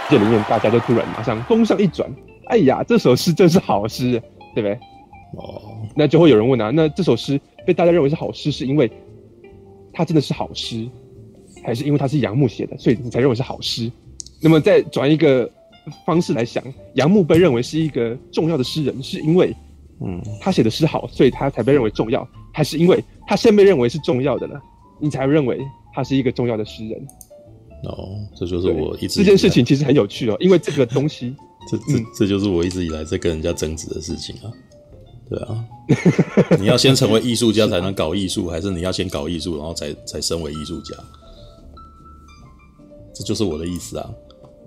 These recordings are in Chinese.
界里面，大家就突然马上风向一转，哎呀，这首诗真是好诗，对不对？那就会有人问啊，那这首诗被大家认为是好诗，是因为它真的是好诗，还是因为它是杨牧写的，所以你才认为是好诗？那么再转一个方式来想，杨牧被认为是一个重要的诗人，是因为他写的诗好，所以他才被认为重要，还是因为他先被认为是重要的了，你才认为他是一个重要的诗人？ 这就是我一直这件事情其实很有趣因为这个东西， 这就是我一直以来在跟人家争执的事情啊。对啊，你要先成为艺术家才能搞艺术，还是你要先搞艺术，然后才升为艺术家？这就是我的意思啊。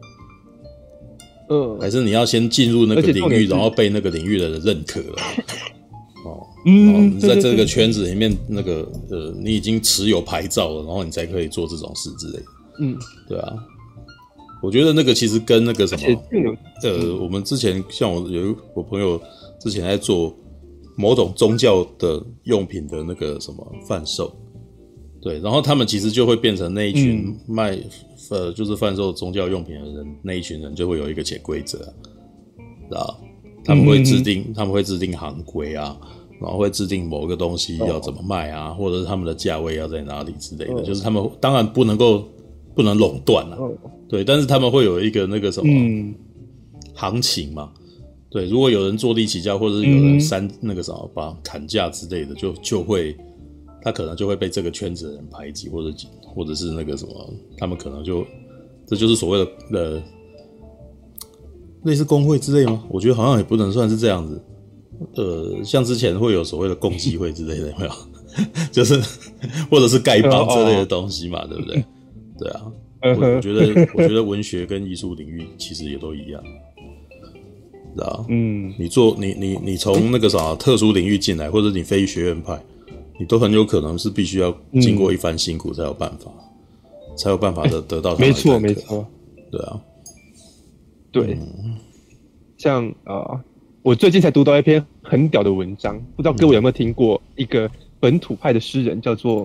还是你要先进入那个领域，然后被那个领域的人认可了。你在这个圈子里面，那个你已经持有牌照了，然后你才可以做这种事之类的。对啊，我觉得那个其实跟那个什么，我们之前像我朋友之前在做某种宗教的用品的那个什么贩售，对，然后他们其实就会变成那一群卖就是贩售宗教用品的人，那一群人就会有一个潜规则啊，他们会制定行规啊，然后会制定某个东西要怎么卖啊，或者是他们的价位要在哪里之类的，就是他们当然不能垄断啊，对，但是他们会有一个那个什么行情嘛，对，如果有人坐地起价，或者是有人那个什么把砍价之类的，就会他可能就会被这个圈子的人排挤，或者是那个什么，他们可能这就是所谓的类似工会之类吗？我觉得好像也不能算是这样子。像之前会有所谓的共济会之类的，有没有？就是或者是丐帮之类的东西嘛，对不对？对啊，我觉得文学跟艺术领域其实也都一样，知道？你从那个啥特殊领域进来，或者你非学院派，你都很有可能是必须要经过一番辛苦才有办法得到他的认可。 没错， 对啊， 对，像我最近才读到一篇很屌的文章，不知道各位有没有听过一个本土派的诗人叫做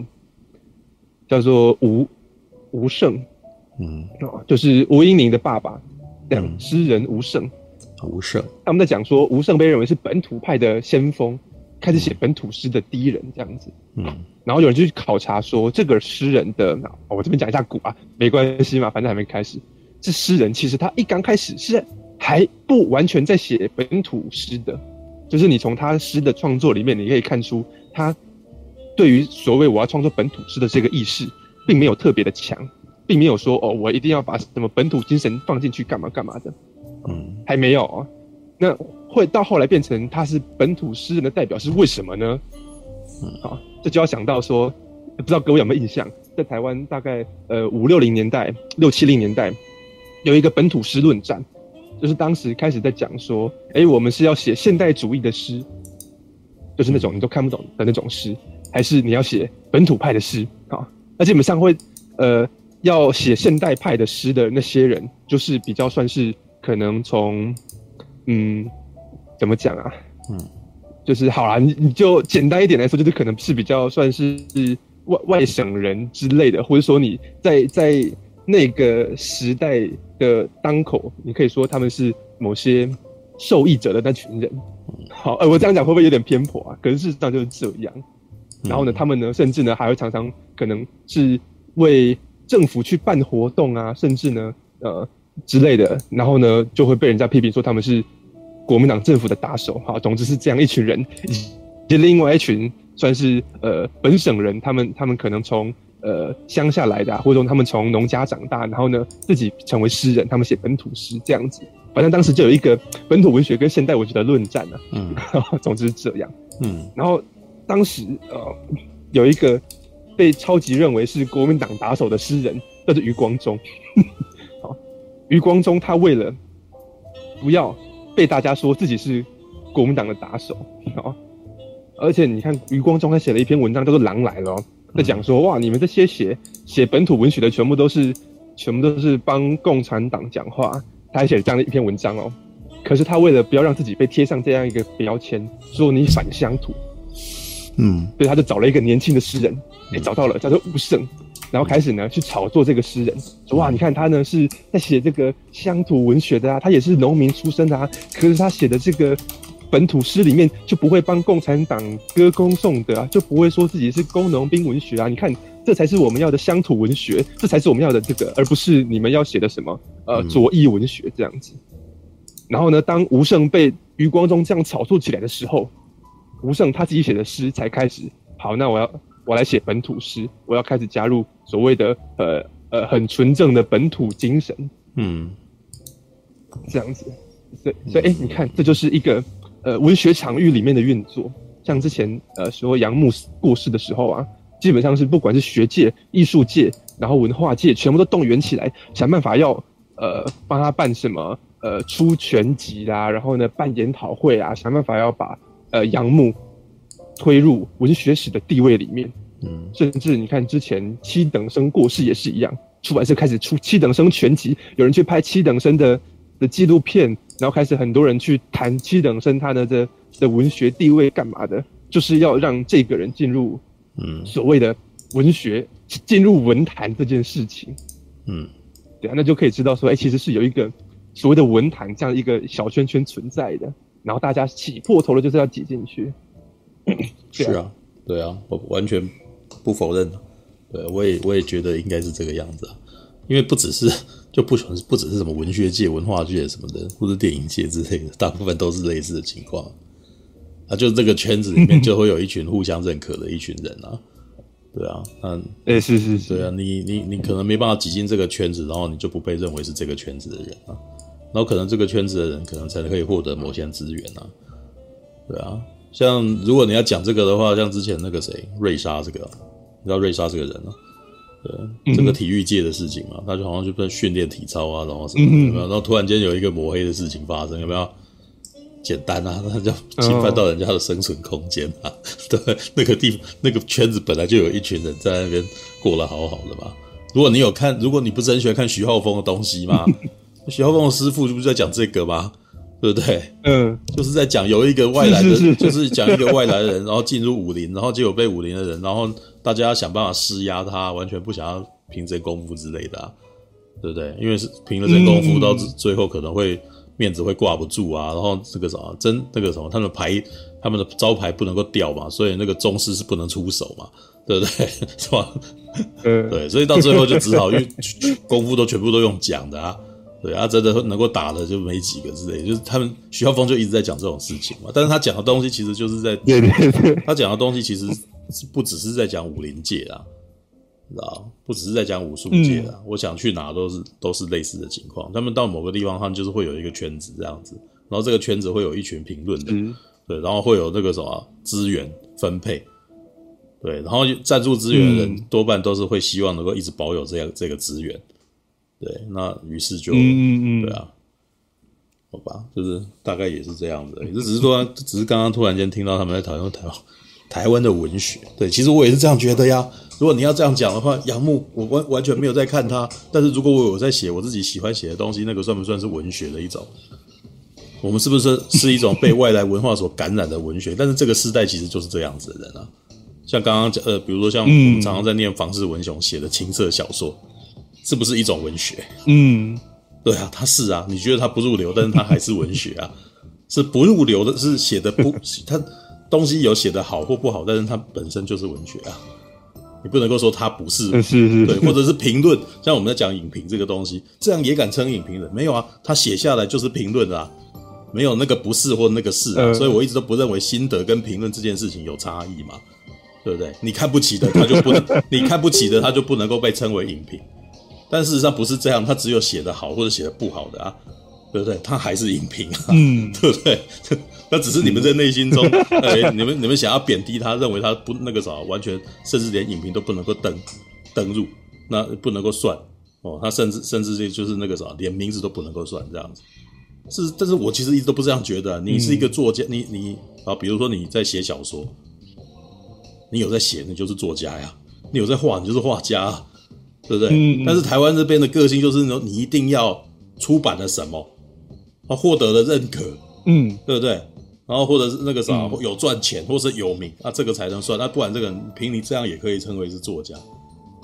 吴胜，就是吴英宁的爸爸，这样诗人吴胜。他们在讲说吴胜被认为是本土派的先锋，开始写本土诗的第一人这样子。然后有人就去考察说这个诗人的，我这边讲一下古啊，没关系嘛，反正还没开始。这诗人其实他一刚开始是还不完全在写本土诗的，就是你从他诗的创作里面，你可以看出他对于所谓我要创作本土诗的这个意识，并没有特别的强，并没有说我一定要把什么本土精神放进去干嘛干嘛的，还没有那会到后来变成他是本土诗人的代表是为什么呢？这就要想到说，不知道各位有没有印象，在台湾大概5、60年代、6、70年代，有一个本土诗论战，就是当时开始在讲说，我们是要写现代主义的诗，就是那种你都看不懂的那种诗，还是你要写本土派的诗那基本上会要写现代派的诗的那些人，就是比较算是可能从怎么讲啊？就是好啦，你就简单一点来说，就是可能是比较算是外省人之类的，或者说你在那个时代的当口，你可以说他们是某些受益者的那群人。好，我这样讲会不会有点偏颇啊？可是事实上就是这样。然后呢，他们呢，甚至呢还会常常可能是为政府去办活动啊，甚至呢之类的，然后呢就会被人家批评说他们是国民党政府的打手。好，总之是这样一群人，以及另外一群算是本省人，他们可能从乡下来的或者说他们从农家长大，然后呢自己成为诗人，他们写本土诗这样子。反正当时就有一个本土文学跟现代文学的论战总之是这样。然后当时有一个被超级认为是国民党打手的诗人，叫做余光中。余光中他为了不要被大家说自己是国民党的打手而且你看余光中他写了一篇文章叫做《狼来了》在讲说哇，你们这些写本土文学的全部都是帮共产党讲话。他还写了这样的一篇文章可是他为了不要让自己被贴上这样一个标签，说你反乡土，所以他就找了一个年轻的诗人，找到了，叫做吴胜。 然后开始呢去炒作这个诗人，说哇，你看他呢是在写这个乡土文学的啊，他也是农民出身的啊，可是他写的这个本土诗里面就不会帮共产党歌功颂德啊，就不会说自己是工农兵文学啊，你看这才是我们要的乡土文学，这才是我们要的这个，而不是你们要写的什么左翼文学这样子。然后呢，当吴胜被余光中这样炒作起来的时候，吴胜他自己写的诗才开始，好，那我来写本土诗，我要开始加入所谓的很纯正的本土精神，这样子。所以你看，这就是一个文学场域里面的运作。像之前说杨牧过世的时候啊，基本上是不管是学界、艺术界，然后文化界，全部都动员起来，想办法要帮他办什么出全集啦，然后呢办研讨会啊，想办法要把杨牧推入文学史的地位里面。甚至你看之前七等生过世也是一样，出版社开始出七等生全集，有人去拍七等生的纪录片，然后开始很多人去谈七等生他的文学地位干嘛的，就是要让这个人进入所谓的文学，进入文坛这件事情。对啊，那就可以知道说，其实是有一个所谓的文坛这样一个小圈圈存在的，然后大家挤破头了就是要挤进去。 是啊，对啊，我完全不否认。对，我也觉得应该是这个样子啊，因为不只是什么文学界、文化界什么的，或者电影界之类的，大部分都是类似的情况。就这个圈子里面就会有一群互相认可的一群人啊。对啊， 是， 对啊，你可能没办法挤进这个圈子，然后你就不被认为是这个圈子的人啊，然后可能这个圈子的人可能才可以获得某些资源啊。对啊，像如果你要讲这个的话，像之前那个谁瑞莎这个，你知道瑞莎这个人啊？对，这个体育界的事情嘛，他就好像就在训练体操啊，然后什么有没有？然后突然间有一个抹黑的事情发生，有没有？简单啊，那叫侵犯到人家的生存空间啊！对，那个圈子本来就有一群人在那边过得好好的嘛。如果你不是很喜欢看徐浩峰的东西吗？徐浩峰的师傅就不是在讲这个吗？对不对？就是在讲有一个外来的，就是讲一个外来的人，然后进入武林，然后结果被武林的人，然后大家想办法施压他，完全不想要凭真功夫之类的啊，对不对？因为是凭了真功夫，到最后可能会面子会挂不住啊，然后这个什么，他们的招牌不能够掉嘛，所以那个宗师是不能出手嘛，对不对？是吧？对，所以到最后就只好因为功夫都全部都用讲的啊。对啊，真的能够打的就没几个之类的，就是他们徐浩峰就一直在讲这种事情嘛。但是他讲的东西其实就是在，他讲的东西其实不只是在讲武林界啊，知道不只是在讲武术界啊。我想去哪都是类似的情况。他们到某个地方，他们就是会有一个圈子这样子，然后这个圈子会有一群评论的，对，然后会有那个什么资源分配，对，然后赞助资源的人多半都是会希望能够一直保有这个资源。对，那于是就对啊，好吧，就是大概也是这样子而已。只是刚刚突然间听到他们在讨论台湾的文学。对，其实我也是这样觉得呀。如果你要这样讲的话，杨牧我完全没有在看他，但是如果我有在写我自己喜欢写的东西，那个算不算是文学的一种？我们是不是一种被外来文化所感染的文学？但是这个时代其实就是这样子的人啊。像刚刚讲比如说像我们常常在念房氏文雄写的情色小说。是不是一种文学？对啊，它是啊。你觉得它不入流，但是它还是文学啊。是不入流的，是写的不，它东西有写的好或不好，但是它本身就是文学啊。你不能够说它不是， 是对，或者是评论，像我们在讲影评这个东西，这样也敢称影评人？没有啊，他写下来就是评论啊，没有那个不是或那个是啊。所以我一直都不认为心得跟评论这件事情有差异嘛，对不对？你看不起的他就不能，你看不起的他就不能够被称为影评。但事实上不是这样，他只有写得好或者写得不好的啊，对不对？他还是影评啊，对不对？那只是你们在内心中，你们想要贬低他，认为他不那个啥，完全甚至连影评都不能够登入，那不能够算哦。他甚至就是那个啥，连名字都不能够算这样子。但是我其实一直都不这样觉得啊。你是一个作家，你啊，比如说你在写小说，你有在写，你就是作家呀；你有在画，你就是画家啊。对不对？但是台湾这边的个性就是你一定要出版了什么，获得了认可，对不对？然后或者是那个啥，有赚钱或是有名啊，这个才能算。那不然这个人凭你这样也可以称为是作家，对。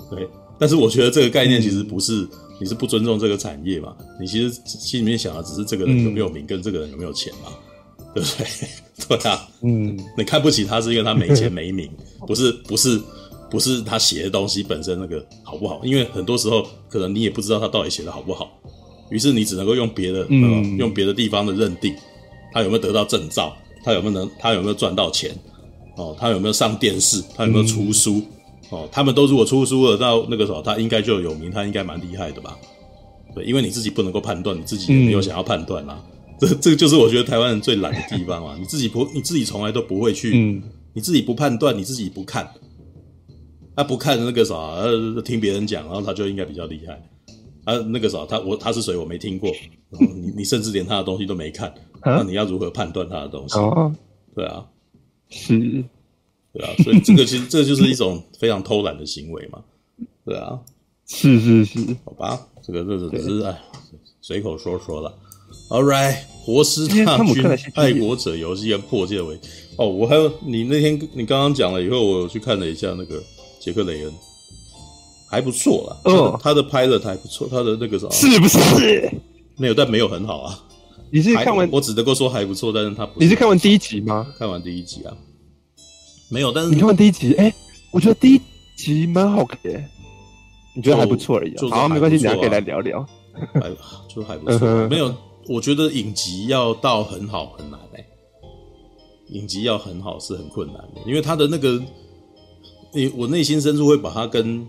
但是我觉得这个概念其实不是你是不尊重这个产业嘛，你其实心里面想的只是这个人有没有名跟这个人有没有钱嘛，对不对？对啊，你看不起他是因为他没钱没名，不是他写的东西本身那个好不好，因为很多时候可能你也不知道他到底写的好不好，于是你只能够用别的用别的地方的认定他有没有得到证照，他有没有赚到钱他有没有上电视，他有没有出书他们都如果出书了到那个时候他应该就有名，他应该蛮厉害的吧，对，因为你自己不能够判断，你自己也没有想要判断啦，这个就是我觉得台湾人最懒的地方嘛，你自己从来都不会去你自己不判断，你自己不看，不看那个听别人讲，然后他就应该比较厉害那个他是谁我没听过，你甚至连他的东西都没看，那你要如何判断他的东西？对啊， 是， 对啊，所以这个其实这就是一种非常偷懒的行为嘛，对啊， 是， 好吧，这只是随口说说了。All right， 活尸大军、爱国者游戏跟破戒为我还有你那天你刚刚讲了以后，我有去看了一下那个杰克雷恩，还不错啦，他的拍的还不错，他的那个是不是？ 没有，但没有很好啊。 你是看完？ 我只能够说还不错，但是他不是。 你是看完第一集吗？ 看完第一集啊，没有，但是你看完第一集，我觉得第一集蛮好看的，你觉得还不错而已。好，没关系，等一下可以来聊聊。 就还不错，没有。我觉得影集要到很好很难影集要很好是很困难的，因为他的那个，我内心深处会把它跟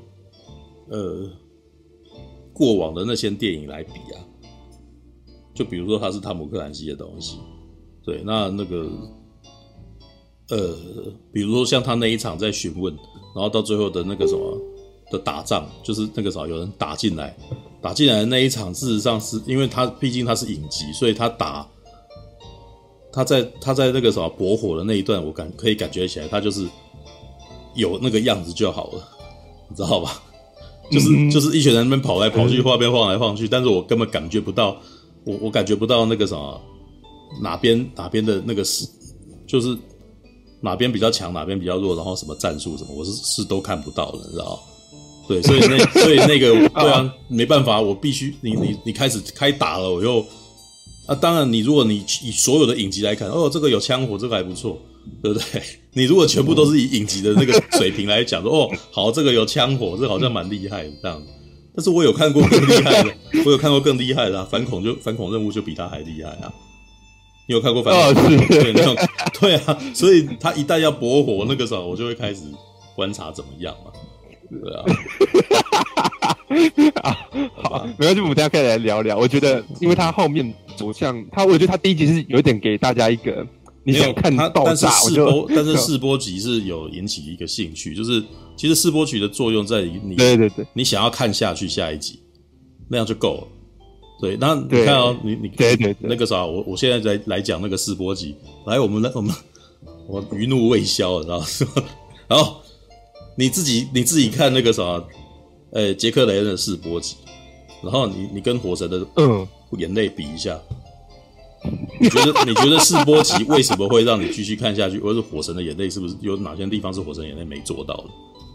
过往的那些电影来比啊，就比如说他是汤姆克兰西的东西，对，那个比如说像他那一场在询问，然后到最后的那个什么的打仗，就是那个有人打进来的那一场，事实上是因为他毕竟他是影集，所以他在那个bor火的那一段，我可以感觉起来，他就是有那个样子就好了，你知道吧？就是一群人那边跑来跑去，画边晃来晃去，但是我根本感觉不到，我感觉不到那个哪边的那个就是哪边比较强，哪边比较弱，然后什么战术什么，我是都看不到的，你知道？对，所以那个对啊，没办法，我必须你开始开打了，我又当然如果你以所有的影集来看，这个有枪火，这个还不错，对不对？你如果全部都是以影集的那个水平来讲，说好，这个有枪火，这个好像蛮厉害的这样。但是我有看过更厉害的，反恐任务就比他还厉害啊！你有看过反恐？对，对啊，所以他一旦要bor火那个时候，我就会开始观察怎么样嘛。对啊， 好，没关系，我们等一下可以来聊聊。我觉得，因为他后面走向我觉得他第一集是有点给大家一个你想看爆炸， 但是试播集是有引起一个兴趣，就是其实试播集的作用在于对， 你想要看下去下一集，那样就够了。对，那你看你对那个我现在来讲那个试播集，来我余怒未消，你知道吗？然后。你自己看那个杰克雷恩的试播集，然后你跟火神的眼泪比一下，你觉得试播集为什么会让你继续看下去？或者是火神的眼泪是不是有哪些地方是火神眼泪没做到的？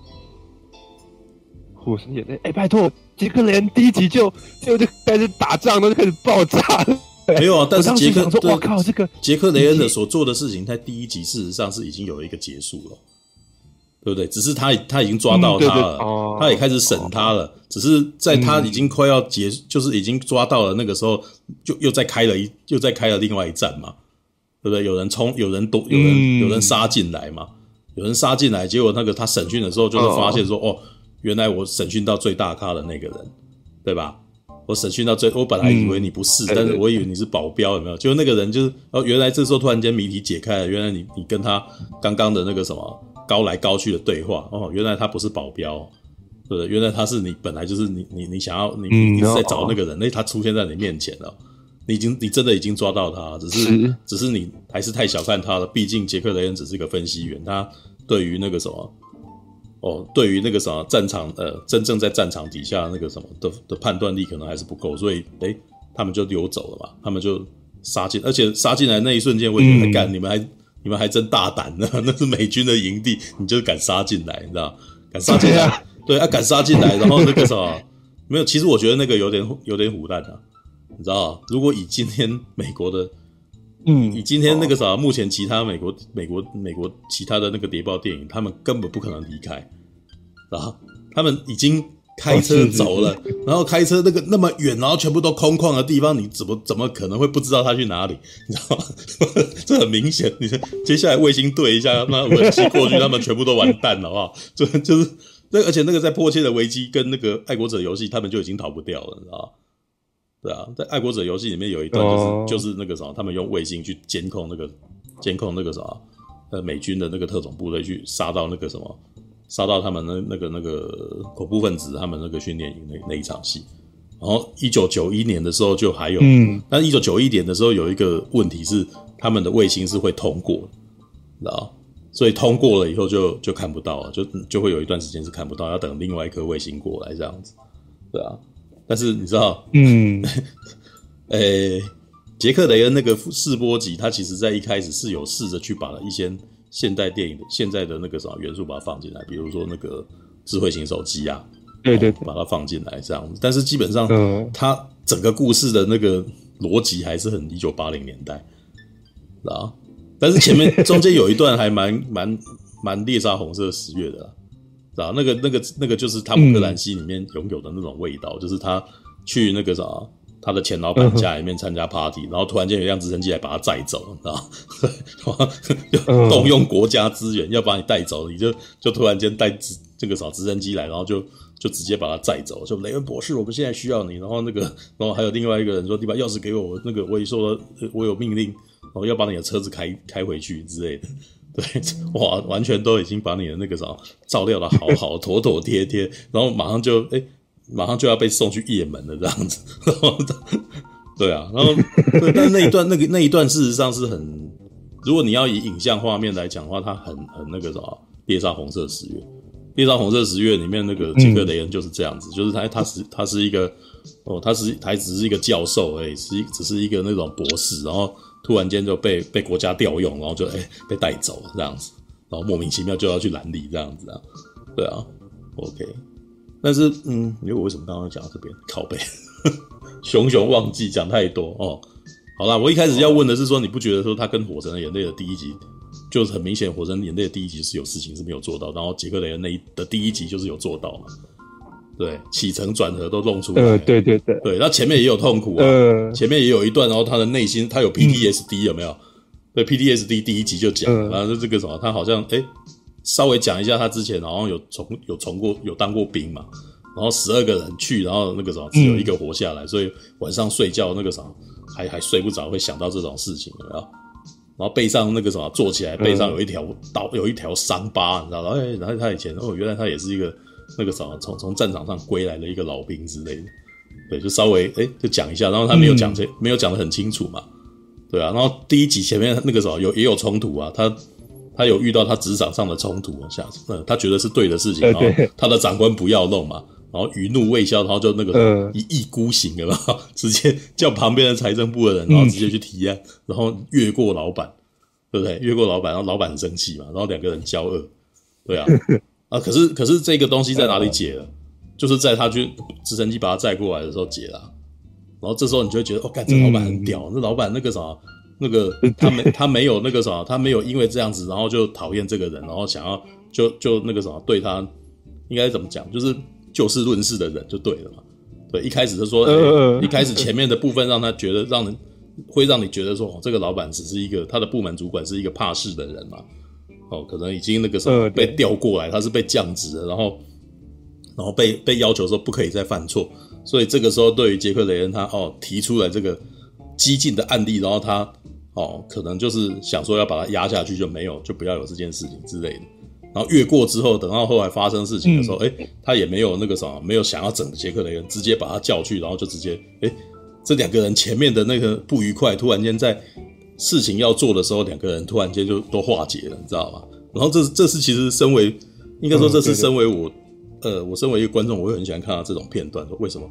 火神眼泪，拜托，杰克雷恩第一集就开始打仗，就开始爆炸了。 没有啊，但是杰克， 我靠，这个杰克雷恩的所做的事情，在第一集事实上是已经有一个结束了。对不对？只是他已经抓到他了，他也开始审他了。只是在他已经快要就是已经抓到了那个时候，就又再开了另外一战嘛，对不对？有人冲，有人杀进来嘛，有人杀进来，结果那个他审讯的时候，就是发现说，原来我审讯到最大咖的那个人，对吧？我审讯到我本来以为你不是，但是我以为你是保镖，有没有？结果那个人就是原来这时候突然间谜题解开了，原来你跟他刚刚的那个什么。高来高去的对话原来他不是保镖，对不对？原来他是你本来就是你想要你一直在找那个人，他出现在你面前了，你真的已经抓到他，只是你还是太小看他了。毕竟杰克雷恩只是个分析员，他对于那个什么对于那个什么战场真正在战场底下那个什么的判断力可能还是不够，所以他们就溜走了嘛，他们就杀进，而且杀进来那一瞬间，我也觉得干你们还真大胆呢！那是美军的营地，你就敢杀进来，你知道？敢杀进来， 对，敢杀进来，然后那个啥，没有，其实我觉得那个有点唬烂啊，你知道，如果以今天美国的，以今天那个啥，目前其他美国其他的那个谍报电影，他们根本不可能离开，然后他们已经开车走了，然后开车那么远，然后全部都空旷的地方，你怎么可能会不知道他去哪里？你知道吗？这很明显，你接下来卫星对一下，那武器过去，他们全部都完蛋了，好不好？就是而且那个在迫切的危机跟那个爱国者游戏，他们就已经逃不掉了，你知道吗？对啊，在爱国者游戏里面有一段就是那个什么，他们用卫星去监控那个什么美军的那个特种部队去杀到那个什么，杀到他们那个恐怖分子他们那个训练营那一场戏。然后1991年的时候就还有，但是1991年的时候有一个问题是他们的卫星是会通过的，知道吗？所以通过了以后就看不到了，就会有一段时间是看不到，要等另外一颗卫星过来这样子，对啊。但是你知道，杰克雷恩那个示波级，他其实在一开始是有试着去把一些现代电影的现在的那个什么元素把它放进来，比如说那个智慧型手机啊， 对， 把它放进来这样子。但是基本上，他整个故事的那个逻辑还是很1980年代，知道？但是前面中间有一段还蛮猎杀红色十月的啦。啊，那个就是汤姆克兰西里面拥有的那种味道，就是他去那个啥，他的前老板家里面参加 party，然后突然间有一辆直升机来把他载走，你知道吗？动用国家资源要把你带走，你就突然间带这个啥直升机来，然后就直接把他载走，说雷恩博士，我们现在需要你，然后还有另外一个人说，你把钥匙给我，那个我也说了，我有命令，然后要把你的车子开回去之类的。对，哇，完全都已经把你的那个啥照料的好妥妥帖帖，然后马上就要被送去也门了这样子，对啊，然后对，但那一段事实上是很，如果你要以影像画面来讲的话，它很那个啥，猎杀红色十月，猎杀红色十月里面那个杰克雷恩就是这样子，就是他是一个他只是一个教授而已，只是一个那种博士，然后突然间就被国家调用，然后就被带走了这样子，然后莫名其妙就要去拦理这样子啊，对啊 ，OK， 但是因为我为什么刚刚讲到这边靠北，熊忘记讲太多哦。好啦，我一开始要问的是说，你不觉得说他跟火神的眼泪的第一集就是很明显，火神眼泪的第一集是有事情是没有做到，然后杰克雷恩的第一集就是有做到嘛？对，起承转合都弄出来。对，那前面也有痛苦啊，前面也有一段，然后他的内心他有 PTSD 有没有？对 ，PTSD 第一集就讲了，然后这个什么，他好像稍微讲一下他之前好像有当过兵嘛，然后12个人去，然后那个什么只有一个活下来，所以晚上睡觉那个什么还睡不着，会想到这种事情，有没有？然后背上那个什么坐起来，背上有一条刀，有一条伤疤，你知道吗？然后他以前原来他也是一个。那个什么，从战场上归来的一个老兵之类的，对，就稍微就讲一下，然后他没有讲得很清楚嘛，对啊，然后第一集前面那个什么也有冲突啊，他有遇到他职场上的冲突啊，他觉得是对的事情，然后他的长官不要弄嘛，然后余怒未消，然后就那个一意孤行了嘛，直接叫旁边的财政部的人，然后直接去提案，然后越过老板，对不对？越过老板，然后老板很生气嘛，然后两个人交恶，对啊。啊，可是这个东西在哪里解了？就是在他去直升机把他载过来的时候解了，然后这时候你就会觉得，干，这老板很屌，那老板那个啥，那个他没有那个啥，他没有因为这样子，然后就讨厌这个人，然后想要就那个啥对他应该怎么讲，就是就事论事的人就对了嘛。对，一开始就说，一开始前面的部分让他觉得会让你觉得说，这个老板只是一个他的部门主管是一个怕事的人嘛。可能已经那个什么被调过来，他是被降职的，然后被要求说不可以再犯错，所以这个时候对于杰克雷恩他提出来这个激进的案例，然后他可能就是想说要把他压下去，就不要有这件事情之类的。然后越过之后，等到后来发生事情的时候，他也没有那个什么，没有想要整杰克雷恩，直接把他叫去，然后就直接这两个人前面的那个不愉快，突然间在事情要做的时候，两个人突然间就都化解了，你知道吗？然后这是其实身为应该说这是身为我身为一个观众，我会很喜欢看到这种片段，说为什么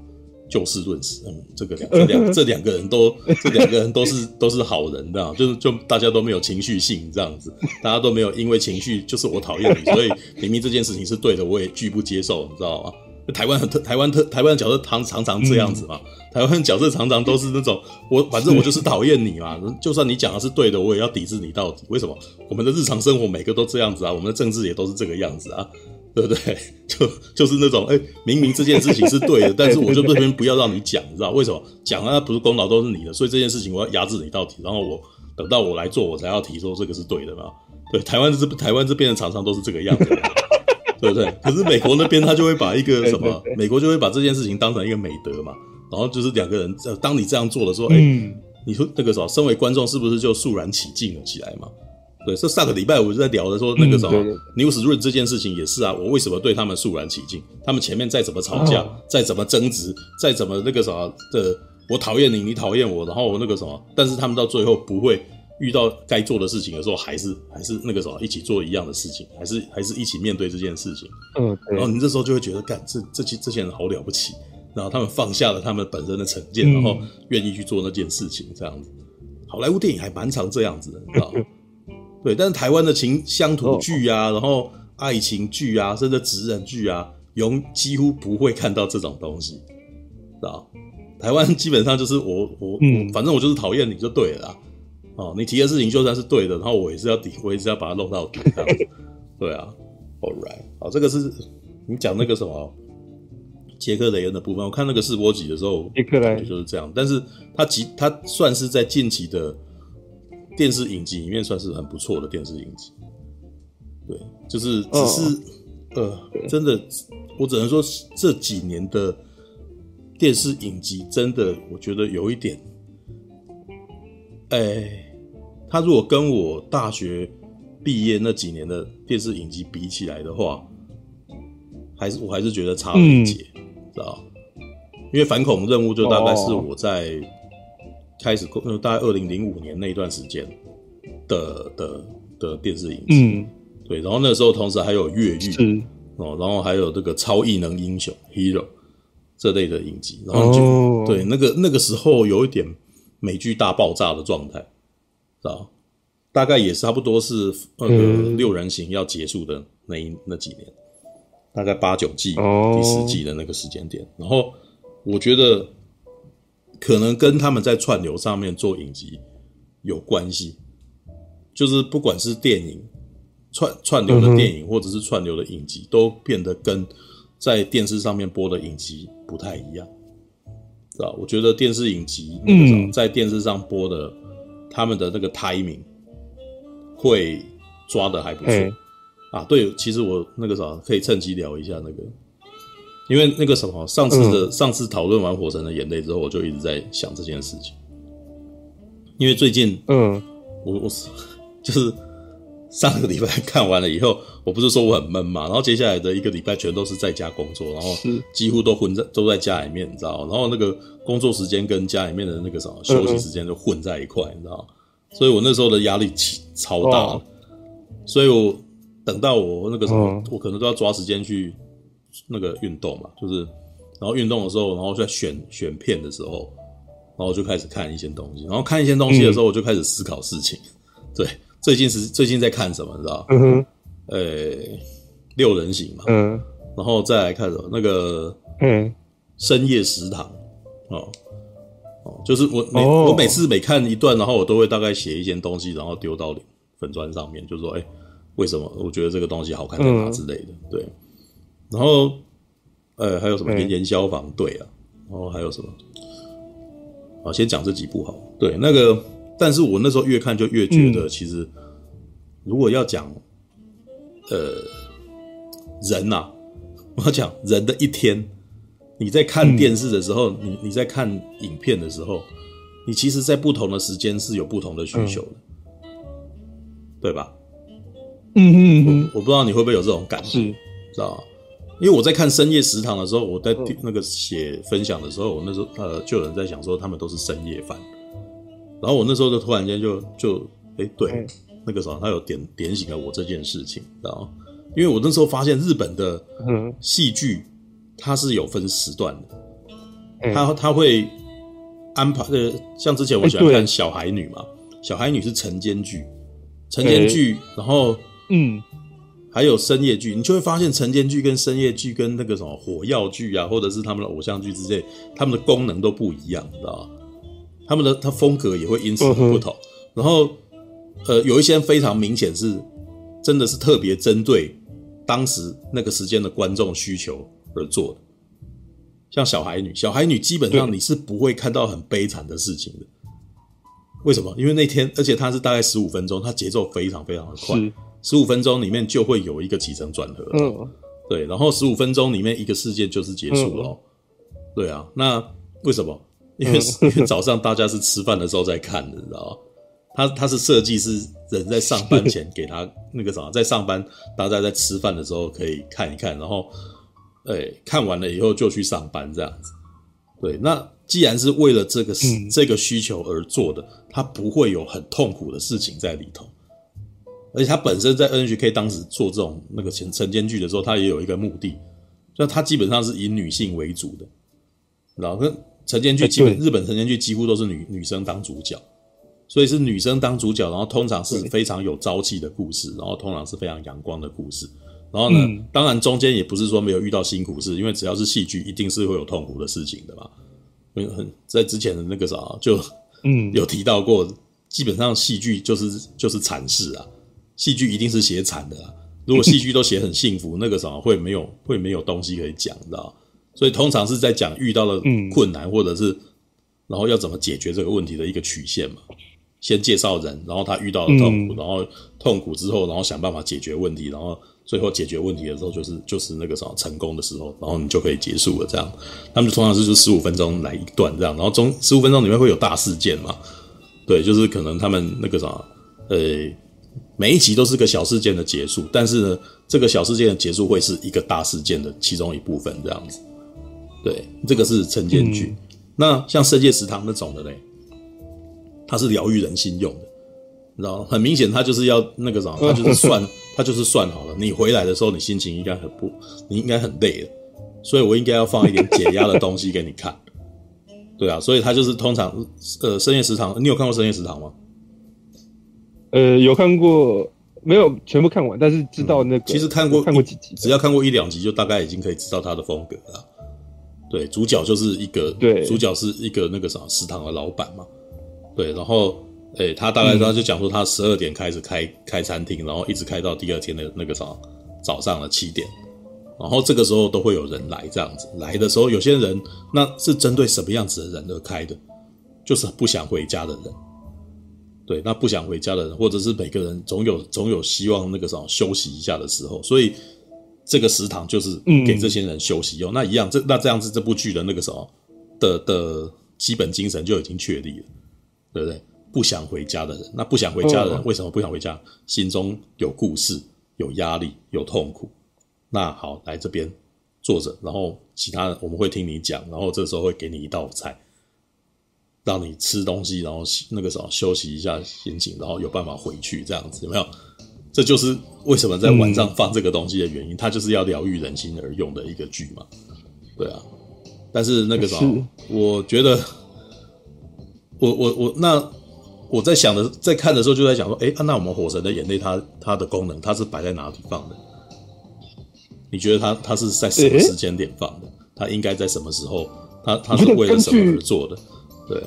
就事论事，这两个人都是好人，这样就大家都没有情绪性这样子，大家都没有因为情绪就是我讨厌你，所以明明这件事情是对的，我也拒不接受，你知道吗？台湾的角色常常这样子嘛，台湾的角色常常都是那种反正我就是讨厌你嘛，就算你讲的是对的，我也要抵制你到底。为什么？我们的日常生活每个都这样子啊，我们的政治也都是这个样子啊。对不对？就是那种明明这件事情是对的，但是我就这边不要让你讲，你知道为什么？讲了不是功劳都是你的，所以这件事情我要压制你到底，然后等到我来做，我才要提说这个是对的嘛。对，台湾这边的常常都是这个样子，对不对？可是美国那边他就会把一个什么，美国就会把这件事情当成一个美德嘛，然后就是两个人，当你这样做的时候，你说那个什么，身为观众是不是就肃然起敬了起来嘛？对，这上个礼拜我就在聊的说那个什么newsroom 这件事情也是啊，我为什么对他们肃然起敬？他们前面再怎么吵架，再怎么争执，再怎么那个什么的，我讨厌你，你讨厌我，然后我那个什么，但是他们到最后不会遇到该做的事情的时候，还是那个什么一起做一样的事情，还是一起面对这件事情。然后你这时候就会觉得，干这些人好了不起，然后他们放下了他们本身的成见，然后愿意去做那件事情，这样子。好莱坞电影还蛮常这样子的，你知道吗？对，但是台湾的乡土剧啊，然后爱情剧啊，甚至职人剧啊，几乎不会看到这种东西，知道？台湾基本上就是反正我就是讨厌你就对了啦。哦，你提的事情就算是对的，然后我也是要把它弄到底这样子。对啊 ，All right， 好，这个是你讲那个什么杰克雷恩的部分，我看那个试播集的时候，杰克雷恩就是这样，但是他算是在近期的电视影集里面算是很不错的电视影集，对，就是只是真的，我只能说这几年的电视影集真的，我觉得有一点，他如果跟我大学毕业那几年的电视影集比起来的话，我还是觉得差了一截，知道？因为反恐任务就大概是我在开始大概2005年那一段时间的电视影集，对，然后那时候同时还有越狱然后还有这个超异能英雄 Hero 这类的影集，然后对那个时候有一点美剧大爆炸的状态，知道？大概也差不多是六人行要结束的那几年，大概8、9季、第10季的那个时间点，然后我觉得可能跟他们在串流上面做影集有关系，就是不管是电影串流的电影或者是串流的影集，都变得跟在电视上面播的影集不太一样，知道？我觉得电视影集那个在电视上播的，他们的那个 timing 会抓得还不错啊。对，其实我那个可以趁机聊一下那个。因为那个什么，上次讨论完《火神的眼泪》之后，我就一直在想这件事情。因为最近，我就是上个礼拜看完了以后，我不是说我很闷嘛，然后接下来的一个礼拜全都是在家工作，然后几乎都在家里面，你知道？然后那个工作时间跟家里面的那个什么休息时间就混在一块，你知道？所以我那时候的压力超大，所以我等到我那个什么，我可能都要抓时间去那个运动嘛，就是然后运动的时候，然后在选片的时候，然后就开始看一些东西，然后看一些东西的时候，我就开始思考事情。对，最近在看什么，你知道？六人行嘛，然后再来看什么那个深夜食堂就是我每次每看一段，然后我都会大概写一些东西，然后丢到粉专上面，就说为什么我觉得这个东西好看在哪之类的，对。然后还有什么盐消防队啊，然后还有什么先讲这几部好。对，那个但是我那时候越看就越觉得，其实如果要讲人啊，我要讲人的一天，你在看电视的时候，你在看影片的时候，你其实在不同的时间是有不同的需求的，对吧？我不知道你会不会有这种感觉，知道吗？因为我在看深夜食堂的时候，我在那个写分享的时候，我那时候就有人在想说他们都是深夜番，然后我那时候就突然间就对，那个时候他有点醒了我这件事情，知道吗？因为我那时候发现日本的戏剧它是有分时段的， 他会安排像之前我喜欢看小孩女嘛，小孩女是晨间剧，然后还有深夜剧，你就会发现晨间剧跟深夜剧跟那个什么火药剧啊，或者是他们的偶像剧之类，他们的功能都不一样，你知道吗？他风格也会因此不同。然后有一些非常明显是真的是特别针对当时那个时间的观众需求而做的，像小孩女基本上你是不会看到很悲惨的事情的。为什么？因为那天而且它是大概15分钟，它节奏非常非常的快，15分钟里面就会有一个起承转合，对，然后15分钟里面一个事件就是结束了，对啊，那为什么？因为早上大家是吃饭的时候在看的，你知道吗？他是设计是人在上班前给他那个在上班大家在吃饭的时候可以看一看，然后看完了以后就去上班这样子。对，那既然是为了这个需求而做的，它不会有很痛苦的事情在里头。而且它本身在 NHK 当时做这种那个晨间剧的时候，它也有一个目的，就它基本上是以女性为主的，然后跟晨间剧日本晨间剧几乎都是女生当主角。所以是女生当主角，然后通常是非常有朝气的故事，然后通常是非常阳光的故事。然后呢，当然中间也不是说没有遇到辛苦事，因为只要是戏剧，一定是会有痛苦的事情的嘛。在之前的那个就有提到过，基本上戏剧就是惨事啊，戏剧一定是写惨的啊。如果戏剧都写很幸福，那个会没有东西可以讲，你知道？所以通常是在讲遇到了困难，或者是然后要怎么解决这个问题的一个曲线嘛。先介绍人，然后他遇到了痛苦，然后痛苦之后，然后想办法解决问题，然后最后解决问题的时候就是那个成功的时候，然后你就可以结束了这样。他们通常是就15分钟来一段这样，然后15分钟里面会有大事件嘛，对，就是可能他们那个每一集都是个小事件的结束，但是呢，这个小事件的结束会是一个大事件的其中一部分这样子。对，这个是晨间剧。那像深夜食堂那种的嘞，它是疗愈人心用的，你知道吗？很明显，它就是要那个它就是算好了，你回来的时候，你心情应该你应该很累了，所以我应该要放一点解压的东西给你看。对啊，所以它就是通常深夜食堂，你有看过深夜食堂吗？ 有看过，没有全部看完，但是知道那个。 其实看过几集， 只要看过1-2集，就大概已经可以知道它的风格了。对，主角是一个那个食堂的老板嘛。对，然后他大概他就讲说他12点开始开餐厅，然后一直开到第二天的那个早上的7点，然后这个时候都会有人来这样子。来的时候有些人那是针对什么样子的人而开的，就是不想回家的人。对，那不想回家的人，或者是每个人总有希望那个休息一下的时候，所以这个食堂就是给这些人休息用。那一样这样子这部剧的那个的基本精神就已经确立了。对不对？不想回家的人，那不想回家的人为什么不想回家？心中有故事，有压力，有痛苦。那好，来这边坐着，然后其他人我们会听你讲，然后这时候会给你一道菜，让你吃东西，然后那个休息一下心情，然后有办法回去，这样子有没有？这就是为什么在晚上放这个东西的原因，它就是要疗愈人心而用的一个剧嘛。对啊，但是那个我觉得。我在想的，在看的时候就在想说，那我们火神的眼泪它的功能，它是摆在哪里放的？你觉得它是在什么时间点放的？它应该在什么时候？它是为了什么而做的？对，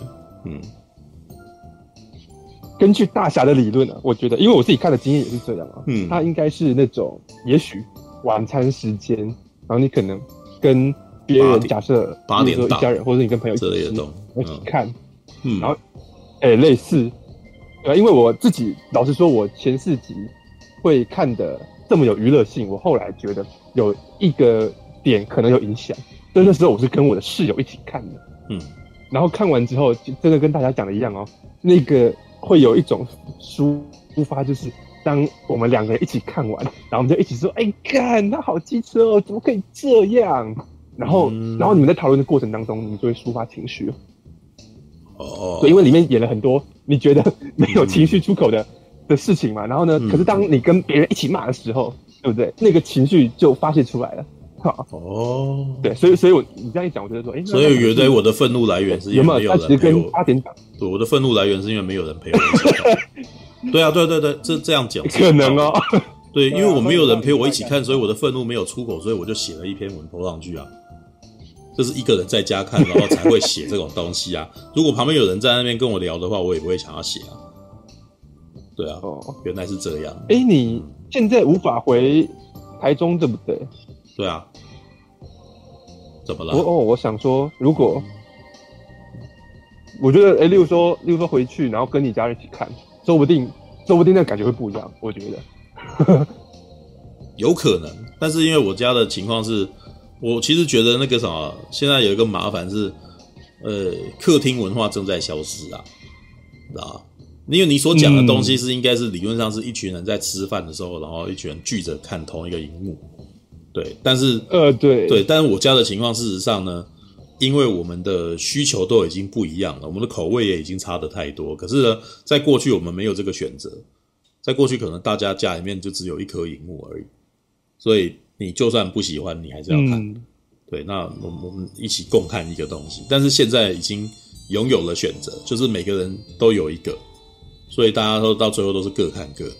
根据大侠的理论我觉得，因为我自己看的经验也是这样它应该是那种也许晚餐时间，然后你可能跟别人假设 8点一家人，或者你跟朋友一起看。然后，类似，对，因为我自己老实说，我前4集会看的这么有娱乐性，我后来觉得有一个点可能有影响，所以那时候我是跟我的室友一起看的，然后看完之后，真的跟大家讲的一样那个会有一种抒发，就是当我们2个人一起看完，然后我们就一起说，干，他好机车怎么可以这样？然后你们在讨论的过程当中，你们就会抒发情绪。对，因为里面演了很多你觉得没有情绪出口的事情嘛，然后呢，可是当你跟别人一起骂的时候，对不对？那个情绪就发泄出来了， 哦，对，所以你这样一讲，我觉得说， 所以原来我的愤怒来源是因为没有人陪我。对，我的愤怒来源是因为没有人陪我一起看。对啊，对，这样讲可能哦。 对，因为我没有人陪我一起看，所以我的愤怒没有出口，所以我就写了一篇文po上去啊。这是一个人在家看，然后才会写这种东西啊。如果旁边有人在那边跟我聊的话，我也不会想要写啊。对啊，原来是这样。 你现在无法回台中，对不对？ 对啊。怎么了？ 我想说，如果我觉得，例如说回去，然后跟你家人一起看，说不定那感觉会不一样。我觉得有可能，但是因为我家的情况是，我其实觉得那个什么，现在有一个麻烦是，客厅文化正在消失啊，知道吗？因为你所讲的东西是应该是理论上是一群人在吃饭的时候，然后一群人聚着看同一个荧幕，对。但是对，但是我家的情况，事实上呢，因为我们的需求都已经不一样了，我们的口味也已经差得太多。可是呢，在过去我们没有这个选择，在过去可能大家家里面就只有一颗荧幕而已，所以你就算不喜欢，你还是要看。对，那我们一起共看一个东西。但是现在已经拥有了选择，就是每个人都有一个。所以大家都到最后都是各看各的，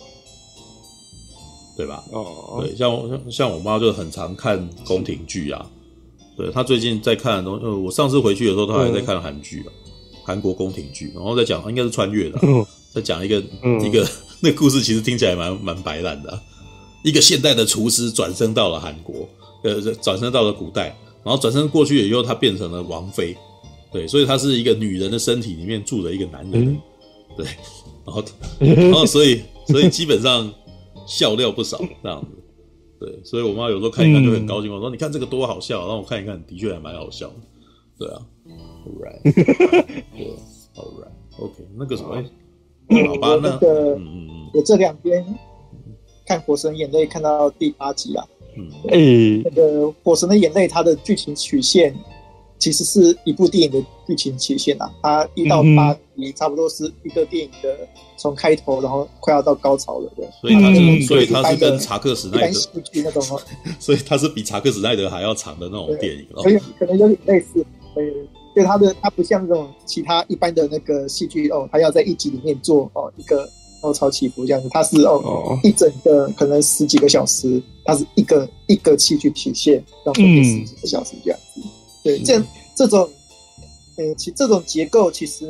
对吧？对，像我妈就很常看宫廷剧啊，对，她最近在看的东西，我上次回去的时候，她还在看韩剧啊，韩国宫廷剧，然后在讲应该是穿越的，在讲一个那个故事，其实听起来蛮白烂的一个现代的厨师转身到了韩国，转身到了古代，然后转身过去以后，她变成了王妃，对，所以她是一个女人的身体里面住着一个男人。对，然后所以基本上笑料不少这样子，对，所以我妈有时候看一看就很高兴，我说你看这个多好笑，然后我看一看，的确还蛮好笑的，对啊 ，Alright， 对 ，Alright，OK， 那个什么，好吧，那我这两天看《火神眼泪》看到第8集啦，那个《火神的眼泪》它的剧情曲线。其实是一部电影的剧情曲线啊，它1到8集差不多是一个电影的从开头，然后快要到高潮了，对。 所以它是跟查克史奈德戏剧那种所以它是比查克史奈德还要长的那种电影所以可能有点类似，对它不像这种其他一般的那个戏剧它要在一集里面做一个高潮起伏这样子，它是一整个可能10几个小时，它是一个戏剧曲线，然后分别10几个小时这样子。对，这种这种结构其实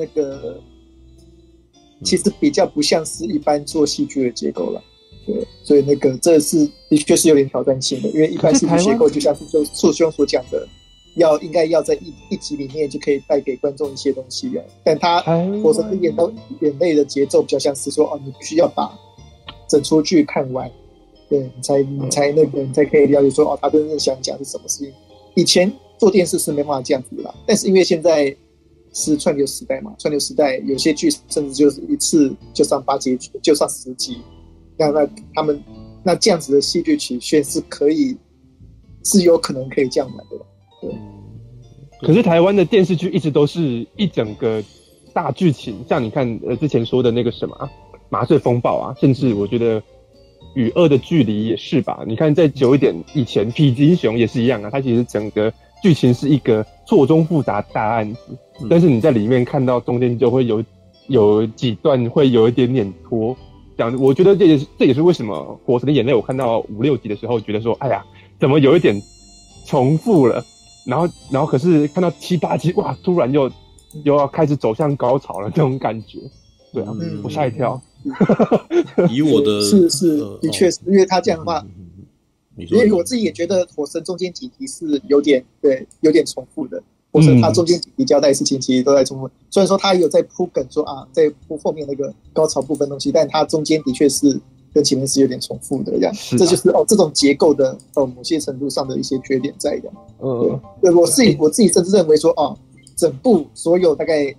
其实比较不像是一般做戏剧的结构了。对，所以这是的确是有点挑战性的，因为一般戏剧结构就像是硕兄所讲的，应该要在一集里面就可以带给观众一些东西的，但他火神的眼泪的节奏比较像是说你必须要把整出剧看完，对，你才可以了解说他真正想讲是什么事情。以前做电视是没办法这样子的啦，但是因为现在是串流时代嘛，串流时代有些剧甚至就是一次就上8集，就上10集，那这样子的戏剧曲线是有可能可以这样来的，对。 可是台湾的电视剧一直都是一整个大剧情，像你看之前说的那个什么麻醉风暴啊，甚至我觉得与恶的距离也是吧。你看再久一点以前痞子英雄也是一样啊，它其实整个剧情是一个错综复杂大案子，但是你在里面看到中间就会有几段会有一点点拖。我觉得这也是为什么《火神的眼泪》我看到5、6集的时候觉得说，哎呀，怎么有一点重复了？然后可是看到7、8集，哇，突然又要开始走向高潮了，这种感觉，对啊，我吓一跳。 以我的是的确是，因为他这样的话，因为我自己也觉得《火神》中间几集是有点重复的。火神他中间几集交代的事情其实都在重复，虽然说他有在铺梗说在铺后面那个高潮部分东西，但他中间的确是跟前面是有点重复的，这样，这就是这种结构的某些程度上的一些缺点在的。对，我自己甚至认为说整部所有大概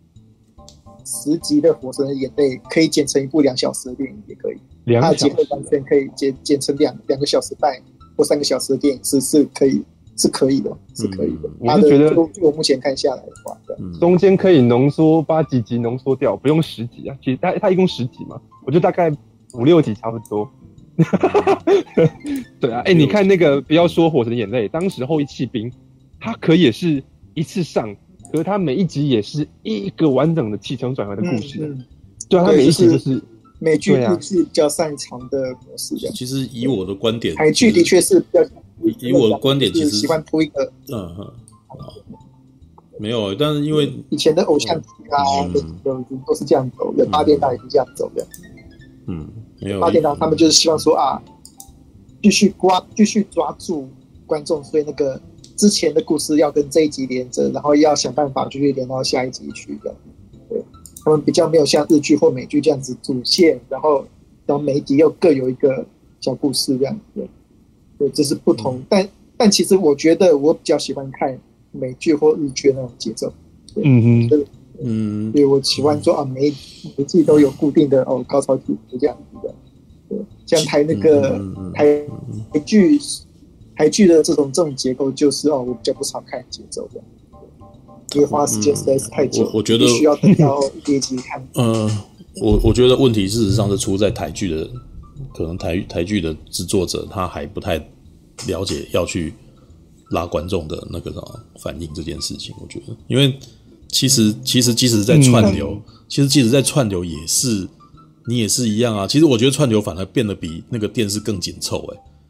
10集的《火神的眼泪》可以剪成一部2小时的电影，也可以，它的结构完全可以剪成2个小时半或3个小时的电影是可以的，是可以的。 我是觉得， 就我目前看下来的话， 中间可以浓缩把几集浓缩掉，不用10集啊。其实它一共10集嘛，我觉得大概5、6集差不多。 对啊，你看那个不要说《火神的眼泪》，当时《后羿弃兵》，它可也是一次上，可是它每一集也是一个完整的起承转合的故事。对啊，它每一集就是美剧、日剧比较擅长的模式。 其实以我的观点， 台剧的确是比较以我的观点，其实喜欢铺一个没有，但是因为以前的偶像剧啊，都是这样走的，八点档也是这样走的。 没有八点档他们就是希望说继续抓住观众，所以那个之前的故事要跟这一集连着，然后要想办法继续连到下一集去的。对，他们比较没有像日剧或美剧这样子主线，然后每一集又各有一个小故事这样子。对，这是不同。但其实我觉得我比较喜欢看美剧或日剧那种节奏。所以我喜欢说每一季都有固定的高潮曲这样子的。对，像台剧的这种结构，就是我比较不常看节奏的，因为花时间实在是太久， 我觉得需要等到第一集看。 我觉得问题事实上是出在台剧的，可能台剧的制作者他还不太了解要去拉观众的那个什么反应这件事情。我觉得，因为其实即使在串流，即使在串流也是。你也是一样啊，其实我觉得串流反而变得比那个电视更紧凑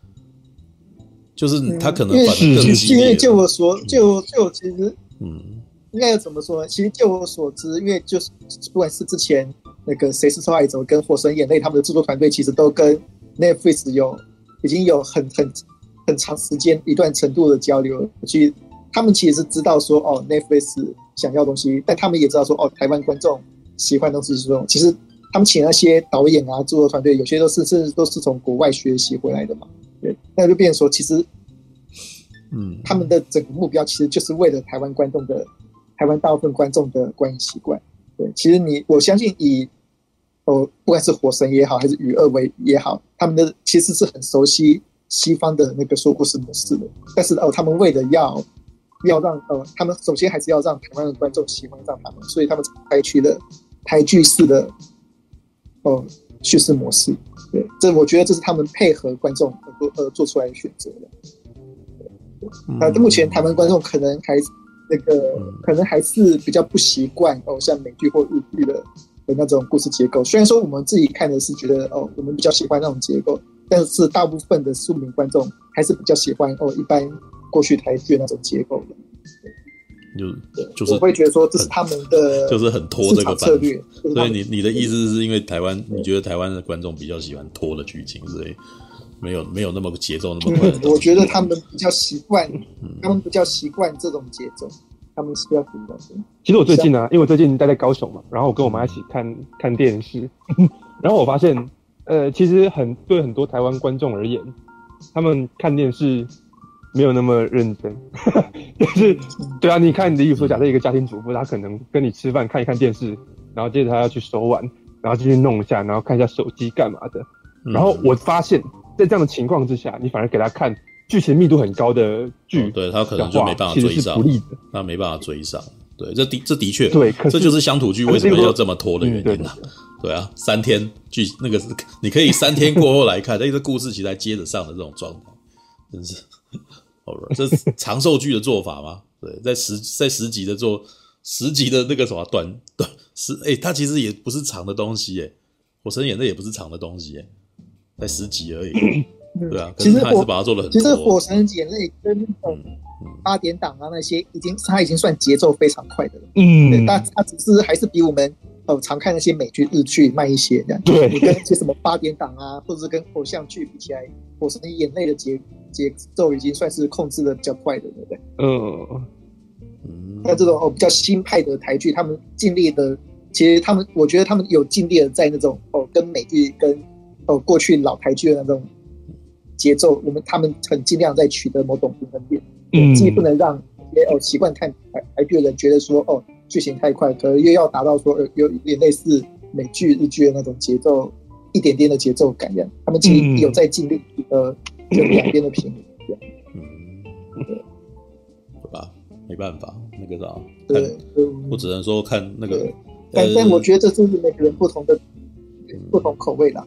就是它可能反而更激烈。 因为就我其实应该要怎么说呢？其实就我所知，因为就是不管是之前那个谁是受害者跟火神眼泪他们的制作团队，其实都跟 Netflix 已经有很长时间一段程度的交流，去他们其实是知道说Netflix 想要的东西，但他们也知道说台湾观众喜欢的东西是什么。其实他们请那些导演啊、制作团队，有些都是从国外学习回来的嘛。对，那就变成说，其实，他们的整个目标其实就是为了台湾大部分观众的观影习惯。对，其实我相信不管是火神也好，还是与恶为也好，他们的其实是很熟悉西方的那个说故事模式的。但是他们为了要让他们首先还是要让台湾的观众喜欢上他们，所以他们采取了台剧式的。叙事模式，对，我觉得这是他们配合观众做出来的选择的。目前台湾观众可能还是比较不习惯像美剧或日剧的那种故事结构。虽然说我们自己看的是觉得我们比较喜欢那种结构，但是大部分的庶民观众还是比较喜欢一般过去台剧的那种结构的。 就是我会觉得说这是他们的就是很拖这个策略。 所以你的意思是因为你觉得台湾的观众比较喜欢拖的剧情，所以没有那么节奏那么快的。 我觉得他们比较习惯，这种节奏，他们是比较习惯。 其实我最近因为我最近待在高雄嘛，然后我跟我妈一起看电视，然后我发现其实对很多台湾观众而言，他们看电视没有那么认真，就是对啊，你看，比如说，假设一个家庭主妇，她可能跟你吃饭看一看电视，然后接着她要去收碗，然后继续弄一下，然后看一下手机干嘛的。然后我发现，在这样的情况之下，你反而给她看剧情密度很高的剧， 对她可能就没办法追上， 不利的， 她没办法追上。对，这的确， 对， 这就是乡土剧为什么要这么拖的原因啊。对啊，3天剧那个你可以3天过后来看，但这故事其实还接得上的这种状态，真是。这是长寿剧的做法吗？对，在10集的做10集的那个什么短它其实也不是长的东西火神眼泪也不是长的东西才10集而已。对啊，可是他还是把它做得很多。 其实火神眼泪跟8点档啊那些它已经算节奏非常快的了。对，它只是还是比我们常看那些美剧、日剧慢一些这样。 对， 你跟一些什么8点档啊，或者是跟偶像剧比起来，火神眼泪的节奏已经算是控制的比较快的，对不对？那这种比较新派的台剧，他们尽力的，其实我觉得他们有尽力的在那种跟美剧跟过去老台剧的那种节奏，他们很尽量在取得某种平衡点，既不能让习惯看台剧的人觉得说剧情太快，可是又要达到说有点类似美剧、日剧的那种节奏，一点点的节奏感这样。他们其实有在尽力就两边的平衡。 对吧？没办法，那个啥，我只能说看那个。 但我觉得这是每个人不同口味啦。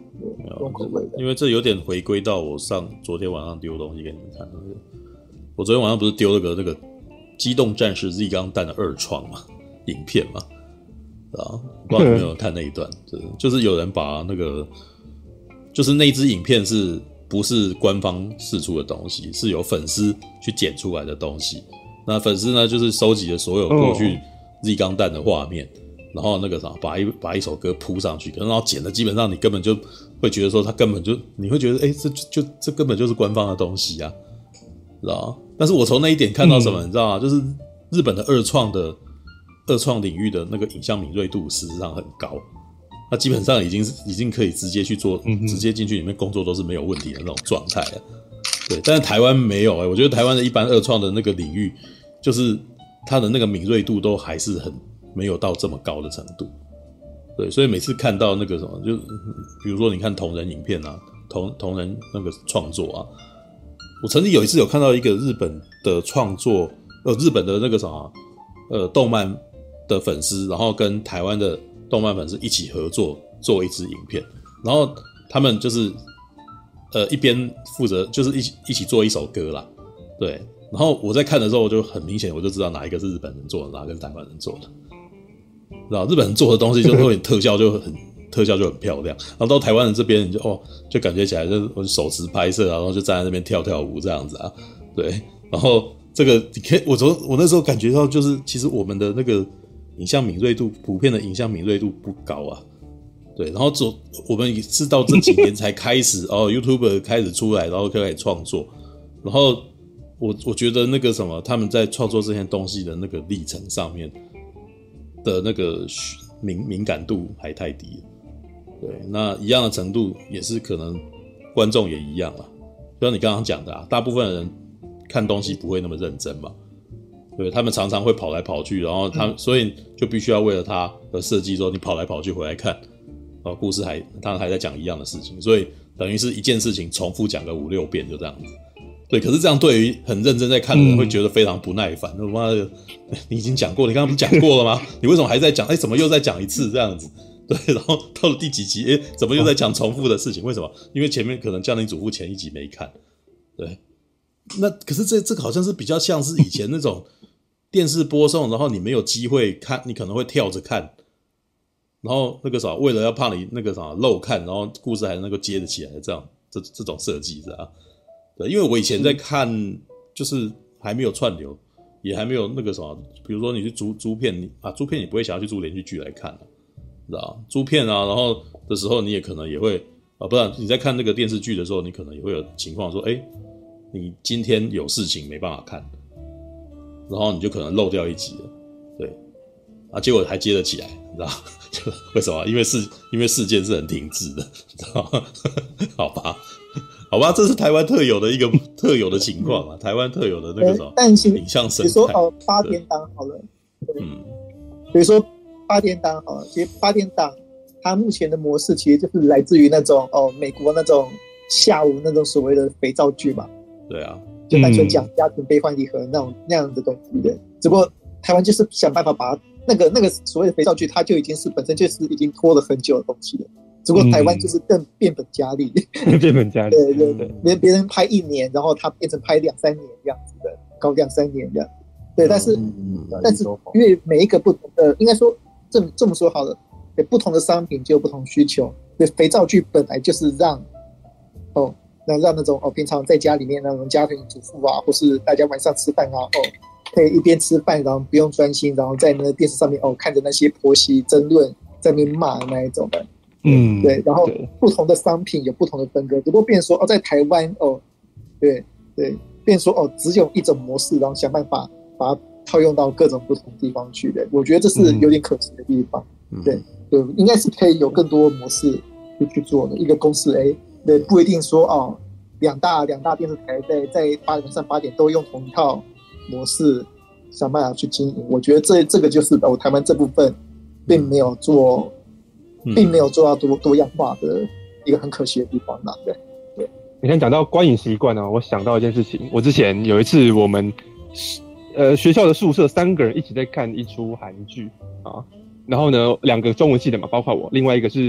重口味的。 因为这有点回归到我昨天晚上丢东西给你们看的那个。我昨天晚上不是丢那个机动战士 Z 钢弹的二创嘛，影片嘛，啊，不知道你们有没有看那一段？就是有人把那个，就是那支影片不是官方释出的东西，是由粉丝去剪出来的东西。那粉丝呢，就是收集了所有过去 Z 钢弹的画面，然后那个啥，把一首歌铺上去，然后剪的基本上你根本就会觉得说，他根本就你会觉得，这根本就是官方的东西啊。知道，但是我从那一点看到什么，你知道吗？就是日本的二创领域的那个影像敏锐度事实上很高，它基本上已经可以直接去做，直接进去里面工作都是没有问题的那种状态了。对，但是台湾没有我觉得台湾的一般二创的那个领域，就是它的那个敏锐度都还是很没有到这么高的程度。对，所以每次看到那个什么，就比如说你看同人影片啊，同人那个创作啊。我曾经有一次有看到一个日本的创作，日本的那个什么，动漫的粉丝，然后跟台湾的动漫粉丝一起合作做一支影片，然后他们就是一边负责就是一起做一首歌啦，对，然后我在看的时候我就很明显我就知道哪一个是日本人做的，哪个是台湾人做的，知道日本人做的东西就会特效就很漂亮，然后到台湾人这边你就感觉起来就是手持拍摄啊，然后就站在那边跳舞这样子啊，对，然后这个我那时候感觉到就是其实我们的那个影像敏锐度普遍的影像敏锐度不高啊，对，然后我们是到这几年才开始YouTuber 开始出来，然后开始创作，然后我觉得那个什么他们在创作这些东西的那个历程上面的那个敏感度还太低了。对，那一样的程度也是可能观众也一样啦，就像你刚刚讲的大部分的人看东西不会那么认真嘛，对，他们常常会跑来跑去，然后所以就必须要为了他而设计说你跑来跑去回来看，故事他还在讲一样的事情，所以等于是一件事情重复讲个5-6遍就这样子。对，可是这样对于很认真在看的人会觉得非常不耐烦，妈的，你已经讲过，你刚刚不是讲过了吗？你为什么还在讲？怎么又再讲一次这样子？对，然后到了第几集，怎么又在讲重复的事情？为什么？因为前面可能家庭主妇前一集没看，对。那可是这个好像是比较像是以前那种电视播送，然后你没有机会看，你可能会跳着看，然后那个啥，为了要怕你那个啥漏看，然后故事还能够接得起来，这种设计是啊。对，因为我以前在看，就是还没有串流，也还没有那个什么，比如说你去租片，租片你不会想要去租连续剧来看知道租片然后的时候你也可能也会不然你在看那个电视剧的时候，你可能也会有情况说，你今天有事情没办法看，然后你就可能漏掉一集了，对，结果还接得起来，你知道就为什么？因为事件是很停滞的，你知道吗？好吧，这是台湾特有的一个特有的情况啊，台湾特有的那个什么影像生态。 比如说八点档好了，比如说八点档好了，其实八点档它目前的模式其实就是来自于那种美国那种下午那种所谓的肥皂剧嘛。 对啊， 就单纯讲家庭悲欢离合那样的东西的。只不过台湾就是想办法把那个所谓的肥皂剧，它就已经是本身就是已经拖了很久的东西了。只不过台湾就是更变本加厉， 变本加厉， 对对对，别人拍1年，然后他变成拍2-3年这样子的，搞2-3年这样。对，但是因为每一个不同的，应该说这么说好了，不同的商品就有不同需求。对，肥皂剧本来就是让那种平常在家里面那种家庭主妇啊，或是大家晚上吃饭啊，可以一边吃饭，然后不用专心，然后在那个电视上面看着那些婆媳争论，在那边骂那一种的。对，然后不同的商品有不同的分割，只不过变成说在台湾对，变成说只有一种模式，然后想办法把它套用到各种不同地方去的。我觉得这是有点可惜的地方。对，应该是可以有更多模式去做的一个公司。对，不一定说两大电视台在晚上8点都用同一套模式想办法去经营。我觉得这个就是台湾这部分并没有做到多样化的一个很可惜的地方啦。对， 你看讲到观影习惯我想到一件事情，我之前有一次我们学校的宿舍3个人一起在看一出韩剧然后呢2个中文系的嘛，包括我，另外一个是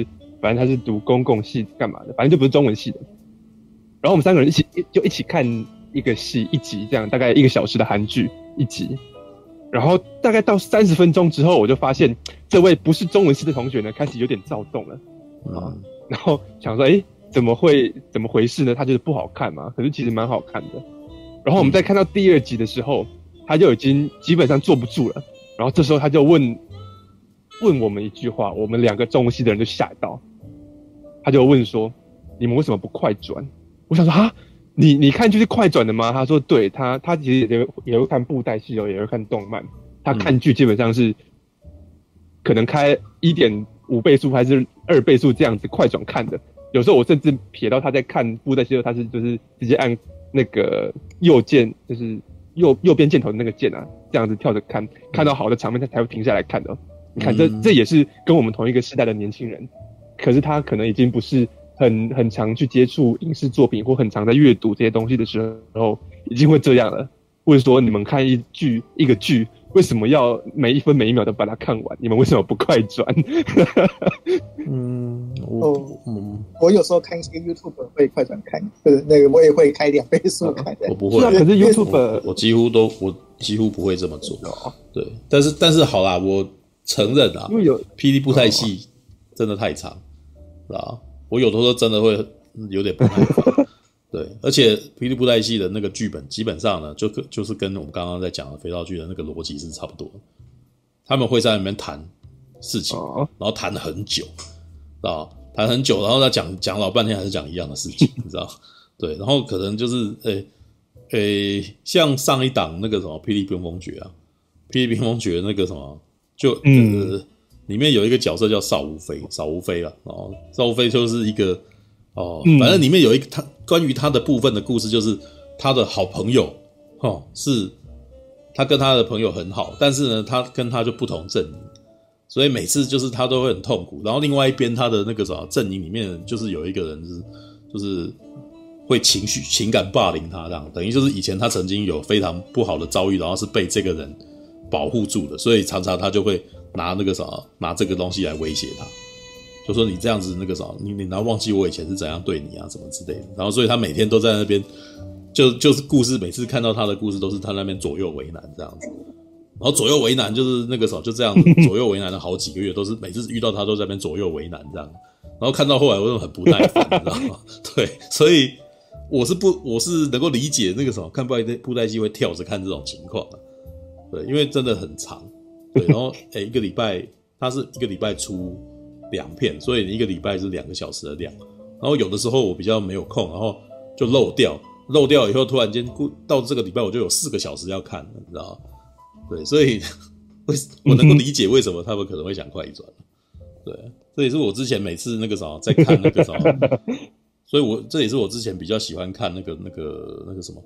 反正他是读公共系干嘛的，反正就不是中文系的。然后我们3个人一起看一个戏一集，这样大概1个小时的韩剧一集。然后大概到30分钟之后，我就发现这位不是中文系的同学呢，开始有点躁动了。然后想说，怎么回事呢？他觉得不好看嘛，可是其实蛮好看的。然后我们在看到第2集的时候，他就已经基本上坐不住了。然后这时候他就问我们一句话，我们2个中文系的人就吓到。他就问说：“你们为什么不快转？”我想说：“哈，你看剧是快转的吗？”他说：“对，他其实也会看布袋戏也会看动漫。他看剧基本上是可能开1.5倍速还是2倍速这样子快转看的。有时候我甚至瞥到他在看布袋戏的时候，他是就是直接按那个右键，就是右边箭头的那个键啊，这样子跳着看，看到好的场面他才会停下来看的。你看，这也是跟我们同一个时代的年轻人，可是他可能已经不是很常去接触影视作品，或很常在阅读这些东西的时候，已经会这样了。或者说，你们看一个剧，为什么要每1分每1秒都把它看完？你们为什么不快转？ 我有时候看一些 YouTube 会快转看，那个我也会开2倍速看。 我不会， 可是 YouTube 我几乎不会这么做。对，但是好啦，我承认啊，因为霹雳布袋戏真的太长，啊，我有的时候真的会有点不耐烦。对，而且霹雳布袋戏的那个剧本基本上呢，就是跟我们刚刚在讲的肥皂剧的那个逻辑是差不多的。他们会在那边谈事情，然后谈很久，啊，谈很久，然后他讲老半天还是讲一样的事情，你知道？对，然后可能就是像上一档那个什么霹雳冰封诀啊，霹雳冰封诀那个什么，就里面有一个角色叫邵无非啊，哦，邵无非就是一个。反正里面有一个他关于他的部分的故事，就是他的好朋友，是他跟他的朋友很好，但是呢，他跟他就不同阵营，所以每次就是他都会很痛苦。然后另外一边他的那个什么阵营里面，就是有一个人就是会情感霸凌他，这样等于就是以前他曾经有非常不好的遭遇，然后是被这个人保护住的，所以常常他就会拿这个东西来威胁他。就说你这样子那个啥，你难道忘记我以前是怎样对你啊，什么之类的。然后所以他每天都在那边，就是故事，每次看到他的故事都是他那边左右为难这样子。然后左右为难就是那个啥，就这样子左右为难了好几个月，都是每次遇到他都在那边左右为难这样。然后看到后来我就很不耐烦，你知道吗？对，所以我是能够理解那个什么看布袋戏会跳着看这种情况的。对，因为真的很长。对，然后一个礼拜他是1个礼拜出2片，所以1个礼拜是2个小时的量。然后有的时候我比较没有空，然后就漏掉以后，突然间到这个礼拜我就有4个小时要看了，你知道吗？对，所以我能够理解为什么他们可能会想快转。对，这也是我之前每次那个啥在看那个啥，所以这也是我之前比较喜欢看那个什么，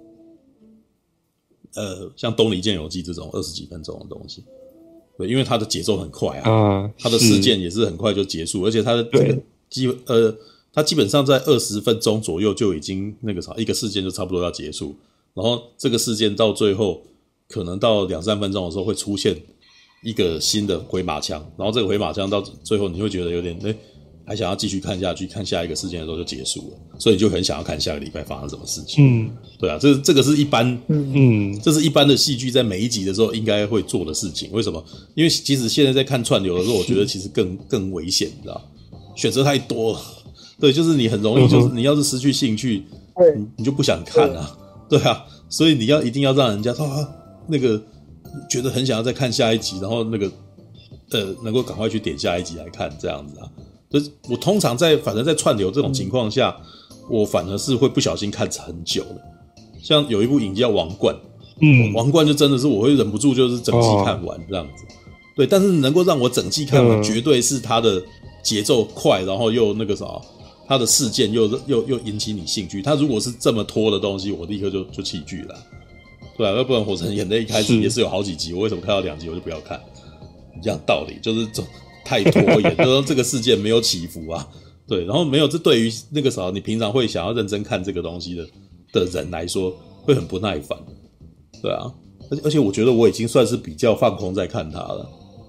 像《东离剑游记》这种20几分钟的东西。对，因为它的节奏很快啊，它的事件也是很快就结束，而且它的这个它基本上在20分钟左右就已经那个啥，一个事件就差不多要结束，然后这个事件到最后可能到2-3分钟的时候会出现一个新的回马枪，然后这个回马枪到最后你会觉得有点还想要继续看下去，看下一个事件的时候就结束了，所以你就很想要看下个礼拜发生什么事情。对啊，这个是一般，这是一般的戏剧在每一集的时候应该会做的事情。为什么？因为其实现在在看串流的时候，我觉得其实更危险，你知道，选择太多了。对，就是你很容易，就是你要是失去兴趣，你就不想看啊。对啊，所以你一定要让人家说那个觉得很想要再看下一集，然后那个能够赶快去点下一集来看这样子啊。就是我通常反正在串流这种情况下，我反而是会不小心看很久的。像有一部影集叫《王冠》，王冠就真的是我会忍不住就是整季看完这样子。对，但是能够让我整季看完，绝对是它的节奏快，然后又那个啥，它的事件又引起你兴趣。它如果是这么拖的东西，我立刻就弃剧了。对啊，要不然《火神眼泪》一开始也是有好几集，我为什么看到2集我就不要看？一样道理，就是太拖延，就是这个事件没有起伏啊。对，然后没有，这对于那个啥，你平常会想要认真看这个东西的人来说，会很不耐烦。对啊，而且我觉得我已经算是比较放空在看它了。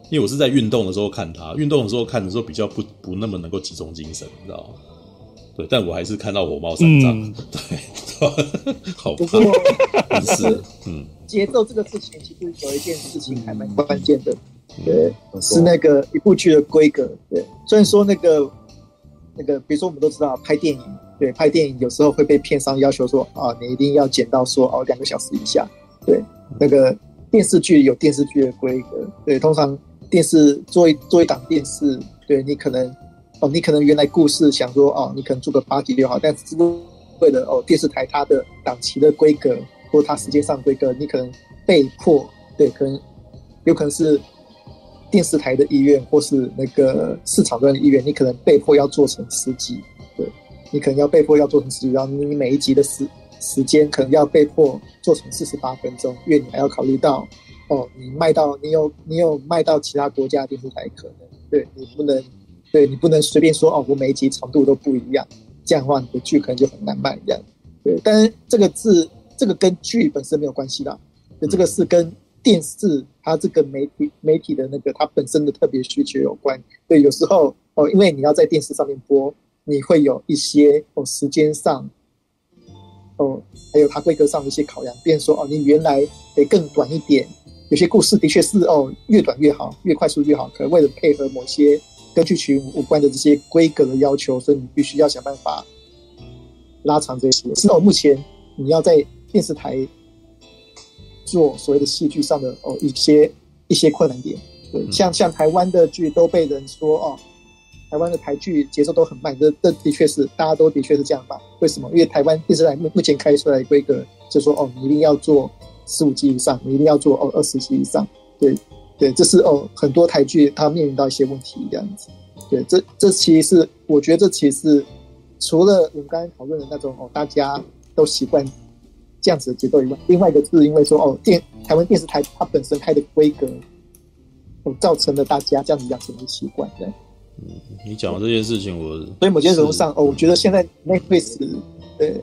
因为我是在运动的时候看它，运动的时候看的时候比较不那么能够集中精神，你知道吗？对，但我还是看到火冒三丈，对，好怕，是， 节奏这个事情，其实有一件事情还蛮关键的，对，是那个一部剧的规格，对，虽然说那个，比如说我们都知道拍电影，对，拍电影有时候会被片商要求说啊，你一定要剪到说2个小时以下，对，那个电视剧有电视剧的规格，对，通常电视做一档电视，对你可能原来故事想说你可能做个8集就好，但是为了电视台它的档期的规格或它时间上的规格，你可能被迫，对，有可能是电视台的意愿或是那个市场端的意愿，你可能被迫要做成10集，对，你可能要被迫要做成10集，然后你每一集的时间可能要被迫做成48分钟，因为你还要考虑到你有卖到其他国家的电视台可能，对，你不能随便说我每一集长度都不一样，这样的话你的剧可能就很难卖这样。对，但是这个跟剧本身没有关系啦，对，这个是跟电视它这个媒体的那个它本身的特别需求有关。对，有时候因为你要在电视上面播，你会有一些时间上还有它规格上的一些考量，比如说你原来得更短一点，有些故事的确是越短越好，越快速越好，可能为了配合某些跟剧情无关的这些规格的要求，所以你必须要想办法拉长这些。是目前你要在电视台做所谓的戏剧上的一些困难点。对，像台湾的剧都被人说台湾的台剧节奏都很慢，这的确是大家都的确是这样吧？为什么？因为台湾电视台目前开出来的规格就说你一定要做15集以上，你一定要做20集以上。对，这是很多台剧它面临到一些问题这样子。对，这其实是我觉得这其实是除了我们刚才讨论的那种大家都习惯这样子的节奏以外，另外一个是因为说台湾电视台它本身开的规格造成了大家这样子养成的习惯的。 你讲的这件事情所以某些程度上我觉得现在 Netflix 对。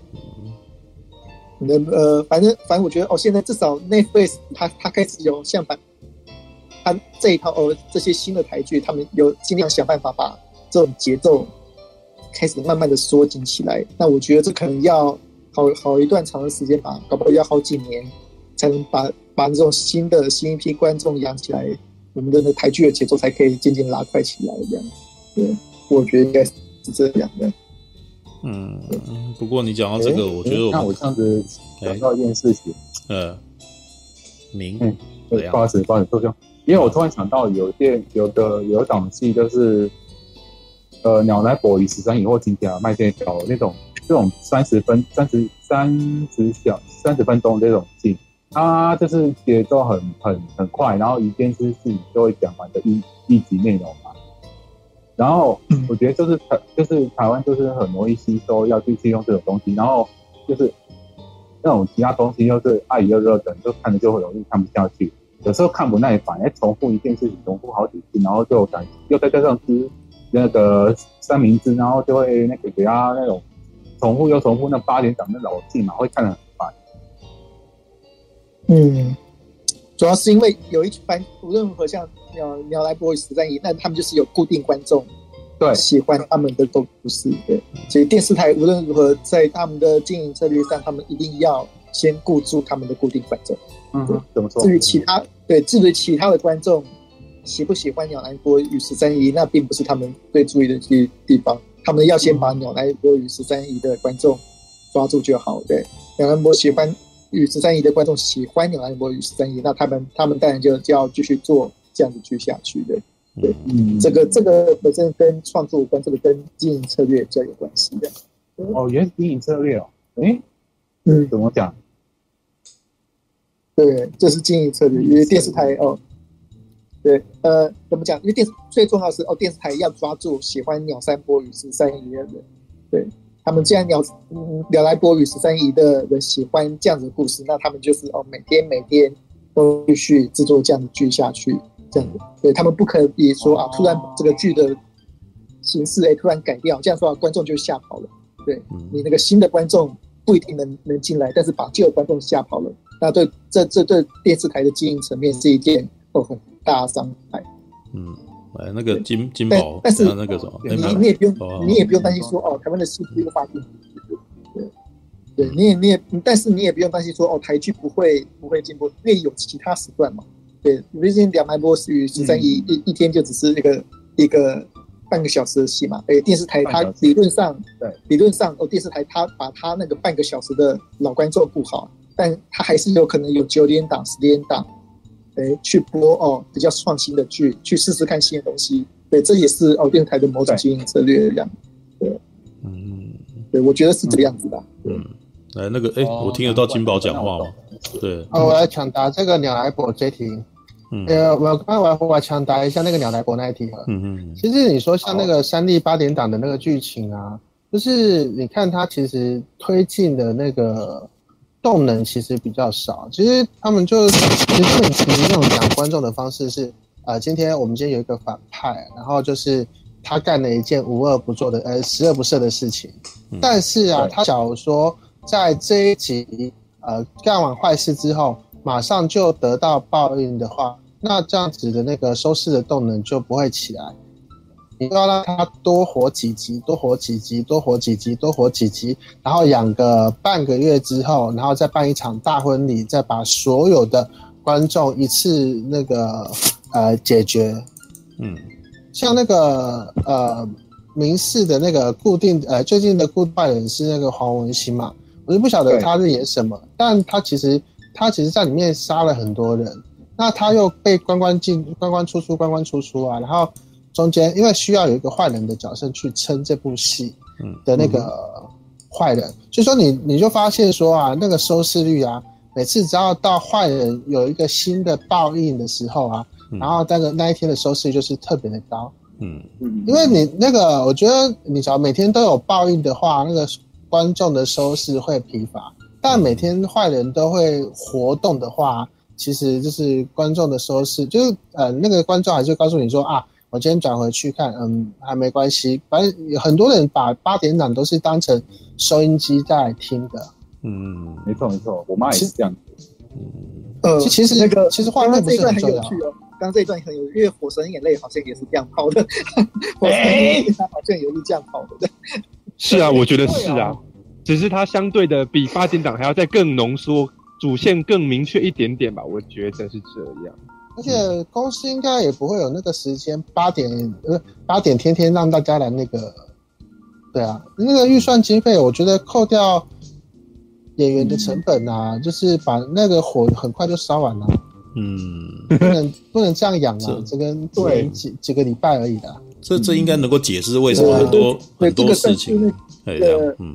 反正我觉得现在至少 Netflix 它开始有像它这一套这些新的台剧，他们有尽量想办法把这种节奏开始慢慢的缩紧起来。那我觉得这可能要好一段长的时间吧，搞不好要好几年才能把这种新一批观众养起来，我们的台剧的节奏才可以渐渐拉快起来这样。对，我觉得应该是这样的。 不过你讲到这个，我觉得那我这样子想到一件事情，不好意思，周兄，因为我突然想到有一档戏就是鸟来伯与13姨或金甲麦店条这种30分钟这种戏，它就是节奏很快，然后一件事情就会讲完的一集内容嘛。然后我觉得就是台湾就是很容易吸收要去用这种东西，然后就是那种其他东西就是爱热热的，就看着就会容易看不下去，有时候看不耐烦，重复一件事情重复好几次，然后就又再加上吃那个三明治，然后就会那个给他那种重复那8点档的老戏嘛，会看得很烦。 主要是因为有一番无论如何像鸟来伯与13姨，那他们就是有固定观众，对，喜欢他们的故事，对，所以电视台无论如何在他们的经营策略上，他们一定要先顾住他们的固定观众。 怎么说？ 至于其他的观众喜不喜欢鸟来伯与13姨，那并不是他们最注意的地方，他们要先把鸟来伯与13姨的观众抓住就好。对，鸟来伯喜欢与13姨的观众喜欢鸟来伯与13姨，那他们当然就要继续做这样子剧下去的。对，这个本身跟创作有关，这个跟经营策略比较有关系的。 原来是经营策略怎么讲？ 对，这是经营策略，因为电视台对，怎么讲？因为最重要的是电视台要抓住喜欢鸟山伯与13姨的人，对。他们既然鸟来伯与13姨的人喜欢这样子的故事，那他们就是每天都继续制作这样的剧下去，这样子。对，他们不可以说突然这个剧的形式突然改掉，这样说观众就吓跑了。对，你那个新的观众不一定能进来，但是把旧的观众吓跑了，那对这对电视台的经营层面是一件很大的伤害。 来那个金宝， 但是那个什么， 你也不用担心说台湾的戏剧无法进步，对，你也，但是你也不用担心说台剧不会进步，因为有其他时段嘛。对，毕竟2台播与13一天就只是一个半个小时的戏嘛。电视台它理论上电视台它把它那个半个小时的老观众顾好，但它还是有可能有9点档、10点档，去播比较创新的剧，去试试看新的东西。对，这也是电视台的某种经营策略这样。对，对，我觉得是这个样子的。 来那个我听得到金宝讲话吗？对， 我来抢答这个鸟来伯这题。我来抢答一下那个鸟来伯那一题。其实你说像那个3立8点档的那个剧情啊，就是你看它其实推进的那个动能其实比较少。其实他们其实那种讲观众的方式是今天有一个反派，然后就是他干了一件无恶不作的十恶不赦的事情，但是他假如说在这一集干完坏事之后马上就得到报应的话，那这样子的那个收视的动能就不会起来。你要让他多活几集，然后养个半个月之后，然后再办一场大婚礼，再把所有的观众一次那个解决。像那个民视的那个固定最近的固定坏人是那个黄文兴嘛，我就不晓得他是演什么，但他其实在里面杀了很多人，那他又被关关出出啊，然后中间因为需要有一个坏人的角色去撑这部戏的那个坏人，所以说你就发现说那个收视率每次只要到坏人有一个新的报应的时候然后那一天的收视率就是特别的高。因为你那个我觉得你只要每天都有报应的话，那个观众的收视会疲乏，但每天坏人都会活动的话，其实就是观众的收视就是那个观众还是告诉你说我今天转回去看还没关系，反正很多人把8点档都是当成收音机在听的。 没错，我妈也是这样子。其实画面不是很重要。 刚刚这一段很有趣，因为《火神眼泪》好像也是这样跑的，火神眼泪它好像也是这样跑的。 是啊，我觉得是啊，只是它相对的比8点档还要再更浓缩，主线更明确一点点吧，我觉得是这样。 而且公司应该也不会有那个时间8点天天让大家来那个，对啊，那个预算经费，我觉得扣掉演员的成本就是把那个火很快就烧完了。不能这样养这个对几个礼拜而已的。 这应该能够解释为什么很多事情这样。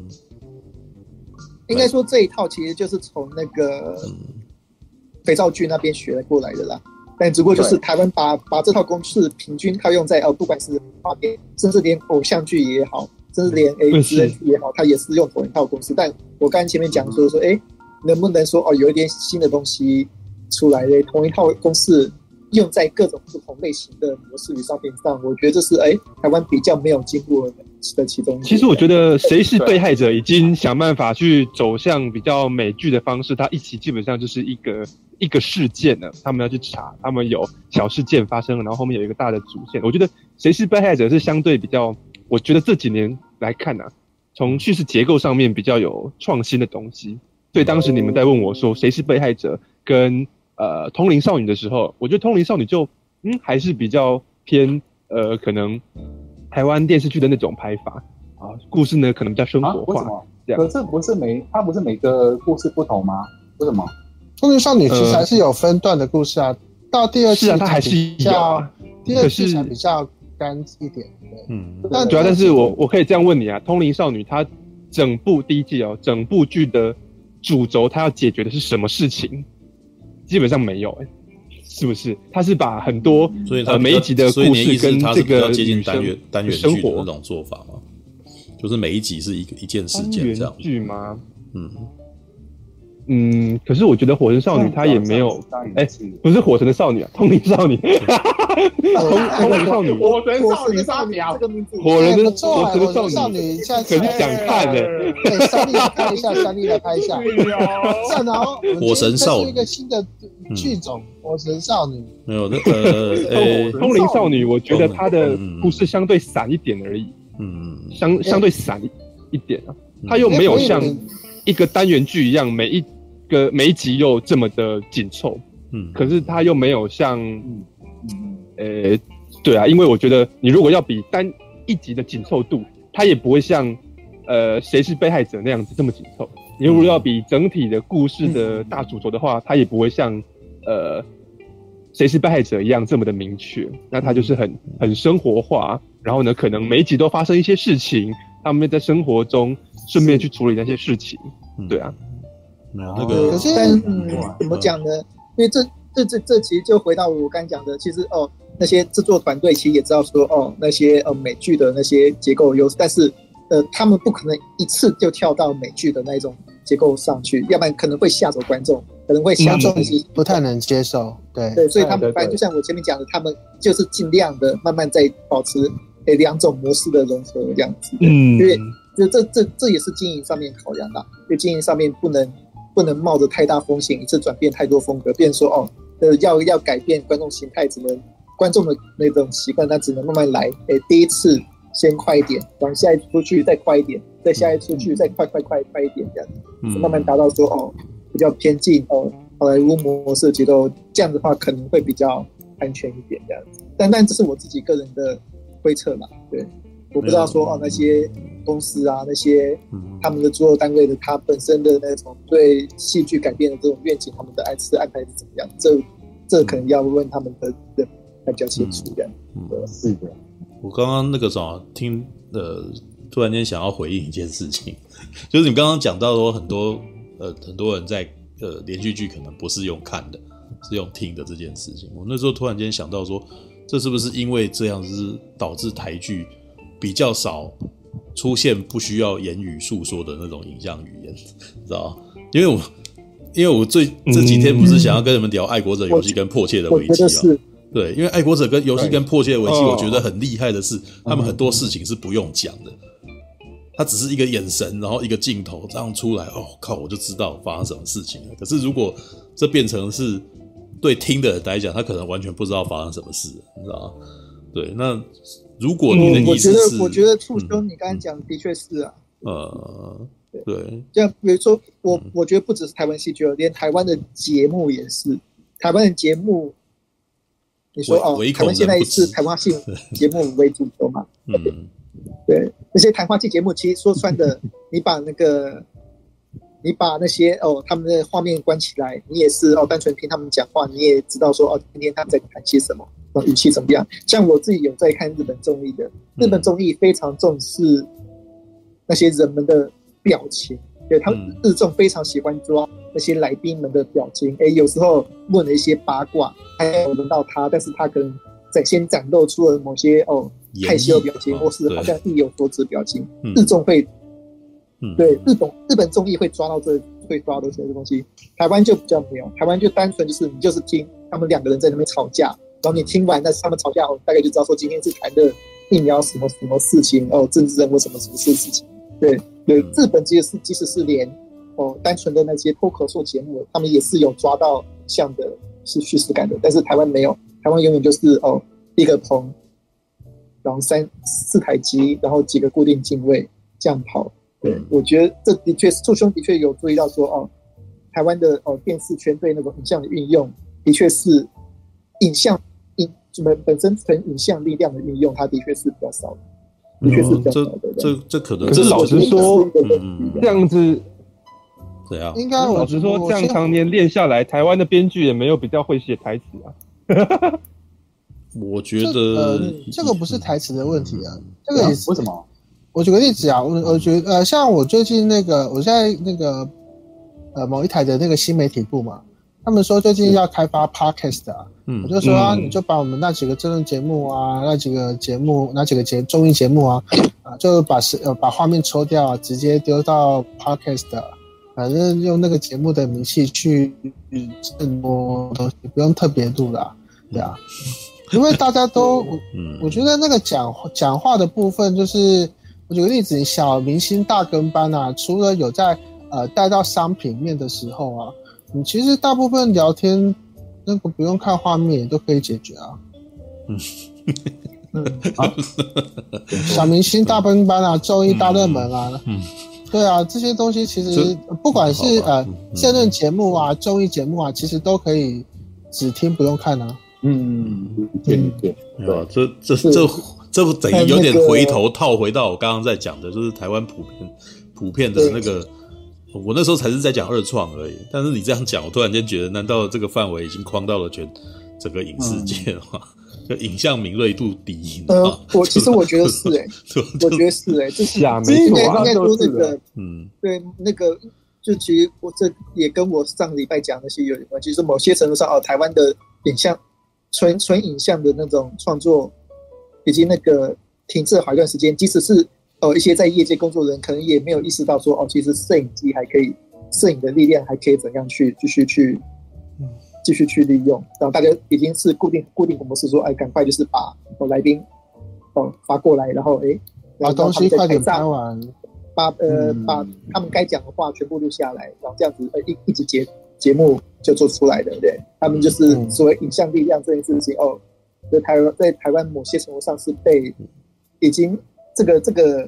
应该说这一套其实就是从那个肥皂剧那边学过来的啦，但只不过就是台湾把这套公式平均套用在不管是画面，甚至连偶像剧也好，甚至连职人剧也好，它也是用同一套公式。但我刚才前面讲说能不能说有一点新的东西出来的同一套公式用在各种不同类型的模式与商品上，我觉得这是台湾比较没有经过的其中。 其实我觉得谁是被害者已经想办法去走向比较美剧的方式，它一起基本上就是一个事件了，他们要去查，他们有小事件发生了，然后后面有一个大的主线。我觉得谁是被害者是相对比较，我觉得这几年来看从叙事结构上面比较有创新的东西。所以当时你们在问我说谁是被害者跟通灵少女的时候，我觉得通灵少女就还是比较偏可能台湾电视剧的那种拍法故事呢可能比较生活化。 为什么？可是它不是每个故事不同吗？为什么？ 通灵少女其实还是有分段的故事到第二季它还是有第二季才比较干一点。 但是我可以这样问你通灵少女它整部第一季整部剧的主轴它要解决的是什么事情？基本上没有是不是？他是把很多每一集的故事跟这个接近单元剧的那种做法吗？就是每一集是一件事件这样剧吗？ 可是我觉得火神少女她也没有，不是火神的少女啊，通灵少女，通灵少女， 火神少女杀秒这个名字， 火神的少女， 可是想看的， 对，三立来拍一下，三立来拍一下，然后火神少女是一个新的剧种，火神少女没有通灵少女，我觉得她的故事相对散一点而已，相对散一点啊，她又没有像一个单元剧一样每一集又这么的紧凑，可是它又没有像，对啊，因为我觉得你如果要比单一集的紧凑度，它也不会像谁是被害者那样子这么紧凑。你如果要比整体的故事的大主轴的话，它也不会像谁是被害者一样这么的明确。那它就是很生活化，然后呢，可能每一集都发生一些事情，他们在生活中顺便去处理那些事情，对啊。 可是怎么讲呢？因为这其实就回到我刚才讲的，其实那些制作团队其实也知道说那些美剧的那些结构优势，但是他们不可能一次就跳到美剧的那种结构上去，要不然可能会吓走观众，可能会吓走不太能接受。 对，所以他们反正就像我前面讲的，他们就是尽量的慢慢在保持两种模式的融合这样子。因为这也是经营上面考量的，因为经营上面不能冒着太大风险，一次转变太多风格，变成说要改变观众形态，只能观众的那种习惯，那只能慢慢来。第一次先快一点，然后下一次出去再快一点，再下一次出去再快一点，这样子，慢慢达到说比较偏近好莱坞模式的节奏，这样的话可能会比较安全一点这样子。但这是我自己个人的推测嘛，对。我不知道说那些公司啊，那些他们的制作单位的他本身的那种对戏剧改编的这种愿景，他们的安排是怎么样？这可能要问他们的人才比较清楚这样。 是的。 我刚刚那个听突然间想要回应一件事情，就是你刚刚讲到说很多人在连续剧可能不是用看的，是用听的这件事情。我那时候突然间想到说，这是不是因为这样是导致台剧比较少出现不需要言语诉说的那种影像语言，知道吗？因为我这几天不是想要跟你们聊爱国者游戏跟迫切的危机啊？对，因为爱国者跟游戏跟迫切的危机，我觉得很厉害的是，他们很多事情是不用讲的，他只是一个眼神，然后一个镜头这样出来，靠，我就知道发生什么事情了。可是如果这变成是对听的人来讲，他可能完全不知道发生什么事，你知道吗？对，那如果你的意思是， 我觉得促修你刚才讲的确是啊， 对， 这样比如说我觉得不只是台湾戏剧，连台湾的节目也是，台湾的节目，你说台湾现在是谈话性节目为主轴嘛？对，那些谈话性节目其实说穿的，你把那些他们的画面关起来，你也是单纯听他们讲话，你也知道说今天他们在谈些什么，语气怎么样。像我自己有在看日本综艺的，日本综艺非常重视那些人们的表情，对，他们日综非常喜欢抓那些来宾们的表情，有时候问了一些八卦，还有轮到他，但是他可能先展露出了某些害羞的表情，或是好像意有所指的表情，日综会。对，日本综艺会抓到这些东西，台湾就比较没有，台湾就单纯就是你就是听他们两个人在那边吵架，然后你听完那他们吵架大概就知道说今天是谈的疫苗什么什么事情，政治人物什么事情。对，日本即使是连单纯的那些脱口秀节目，他们也是有抓到像的是叙事感的，但是台湾没有，台湾永远就是一个棚，然后4台机，然后几个固定镜位这样跑。对，我觉得这的确，促兄的确有注意到说，台湾的电视圈对那种影像的运用，的确是本身纯影像力量的运用，它的确是比较少的，的确是比较少的。 这可能， 可是老实说，这样子， 怎样？ 应该老实说，这样常年练下来，台湾的编剧也没有比较会写台词啊。 我觉得这个不是台词的问题啊，这个也是为什么？ 我举个例子啊，我觉得像我最近我现在某一台的那个新媒体部嘛，他们说最近要开发 podcast 啊，我就说你就把我们那几个真人节目啊，那几个综艺节目啊，就把画面抽掉啊，直接丢到 podcast 反正用那个节目的名气去更多东西，不用特别录啦，对啊，因为大家都，我觉得那个讲话的部分，就是我举个例子，小明星大跟班啊，除了有在带到商品面的时候啊，你其实大部分聊天那个不用看画面也都可以解决啊。小明星大跟班啊，综艺大热门啊，对啊，这些东西其实不管是政论节目啊、综艺节目啊，其实都可以只听不用看啊。 对吧？这等于有点回头套回到我刚刚在讲的，就是台湾普遍的那个，我那时候才是在讲二创而已。但是你这样讲，我突然间觉得，难道这个范围已经框到了整个影视界了吗？就影像敏锐度低。 其实我觉得是我觉得是就是应该说那个，对那个，就其实我这也跟我上个礼拜讲那些有点关系，就是某些程度上台湾的影像纯影像的那种创作，已经那个停滞了好一段时间。即使是一些在业界工作的人，可能也没有意识到说其实摄影机还可以，摄影的力量还可以怎样去继续去利用，然后大家已经是固定的模式说，赶快就是把来宾发过来，然后把东西快点拍完， 把他们该讲的话全部录下来，然后这样子一集节目就做出来的，对，他们就是所谓影像力量这件事情在台湾某些程度上是被已经这个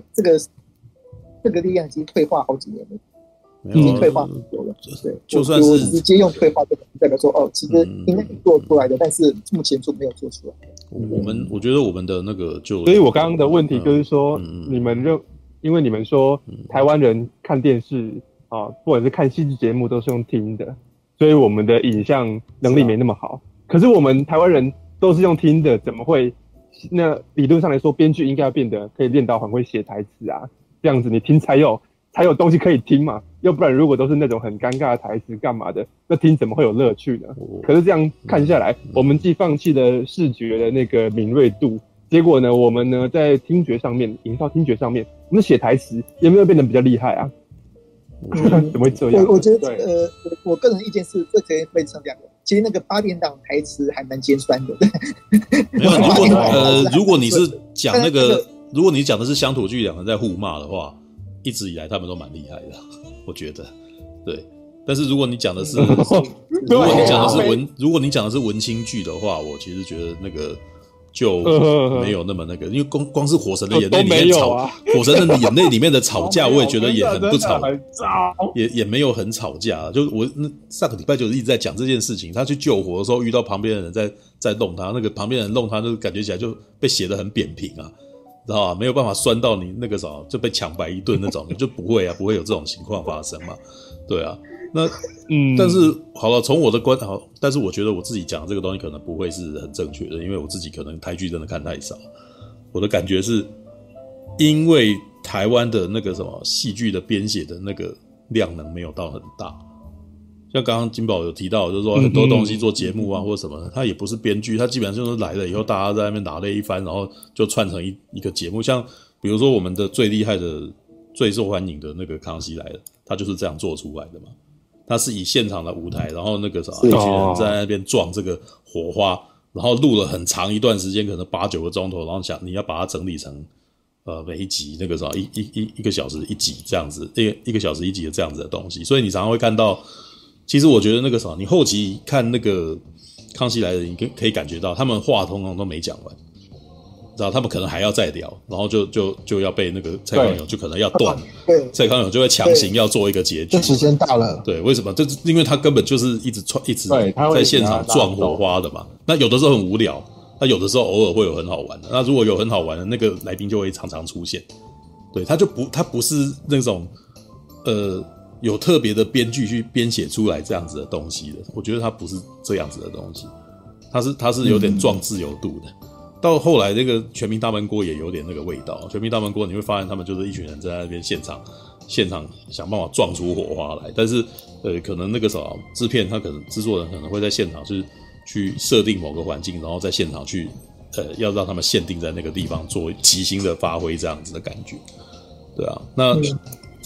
力量已经退化好几年了。已经退化很久了，对， 就算是我直接用退化这个代表说，其实应该做出来的，但是目前就没有做出来。 我觉得我们的那个所以我刚刚的问题就是说，因为你们说台湾人看电视不管是看戏剧节目都是用听的，所以我们的影像能力没那么好。可是我们台湾人都是用听的，怎么会？那理论上来说，编剧应该要变得可以练到很会写台词啊，这样子你听才有东西可以听嘛，要不然如果都是那种很尴尬的台词干嘛的，那听怎么会有乐趣呢？可是这样看下来，我们既放弃了视觉的那个敏锐度，结果呢，我们呢在听觉上面，营造听觉上面，我们写台词有没有变得比较厉害啊？怎么会这样？ 我觉得我个人意见是，这可以分成两个。其实那个8点档台词还蛮尖酸的。 没有，如果你是讲那个，如果你讲的是乡土剧两个人在互骂的话。一直以来他们都蛮厉害的，我觉得，对。但是如果你讲的是，如果你讲的是文青剧的话，我其实觉得那个就没有那么那个，因为光是《火神的眼泪》里面火神的眼泪里面的吵架，我也觉得也很不吵，也没有很吵架。就我上个礼拜就一直在讲这件事情，他去救火的时候遇到旁边的人在弄他，那个旁边人弄他，就感觉起来就被写得很扁平啊。知道吧？没有办法酸到你那个啥就被抢白一顿那种，就不会有这种情况发生嘛？对啊，那但是好了，从我的但是我觉得我自己讲的这个东西可能不会是很正确的，因为我自己可能台剧真的看太少。我的感觉是，因为台湾的那个什么戏剧的编写的那个量能没有到很大。像刚刚金宝有提到，就是说很多东西做节目啊或者什么，他也不是编剧，他基本上就是来了以后，大家在那边拿了一番，然后就串成一个节目。像比如说我们的最厉害的、最受欢迎的那个《康熙来了》，他就是这样做出来的嘛。他是以现场的舞台，然后那个一群人在那边撞这个火花，然后录了很长一段时间，可能8-9个钟头，然后你要把它整理成每一集那个一个小时一集这样子，一个小时一集的这样子的东西，所以你常常会看到。其实我觉得那个你后期看那个康熙来了，你可以感觉到他们话通通都没讲完，知道他们可能还要再聊，然后就要被那个蔡康永就可能要断了，蔡康永就会强行要做一个结局。 时间到了， 对，为什么？这因为他根本就是一直在现场撞火花的嘛。那有的时候很无聊，那有的时候偶尔会有很好玩的。那如果有很好玩的，那个来宾就会常常出现。对，他不是那种有特别的编剧去编写出来这样子的东西的，我觉得它不是这样子的东西，它是有点撞自由度的。到后来那个全民大闷锅也有点那个味道，全民大闷锅你会发现他们就是一群人在那边现场想办法撞出火花来，但是可能那个制片他可能制作人可能会在现场去设定某个环境，然后在现场去要让他们限定在那个地方做即兴的发挥这样子的感觉，对啊，那。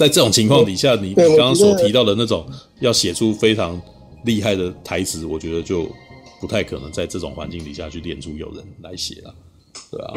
在这种情况底下，你刚刚所提到的那种要写出非常厉害的台词，我觉得就不太可能在这种环境底下去练出有人来写了，对啊，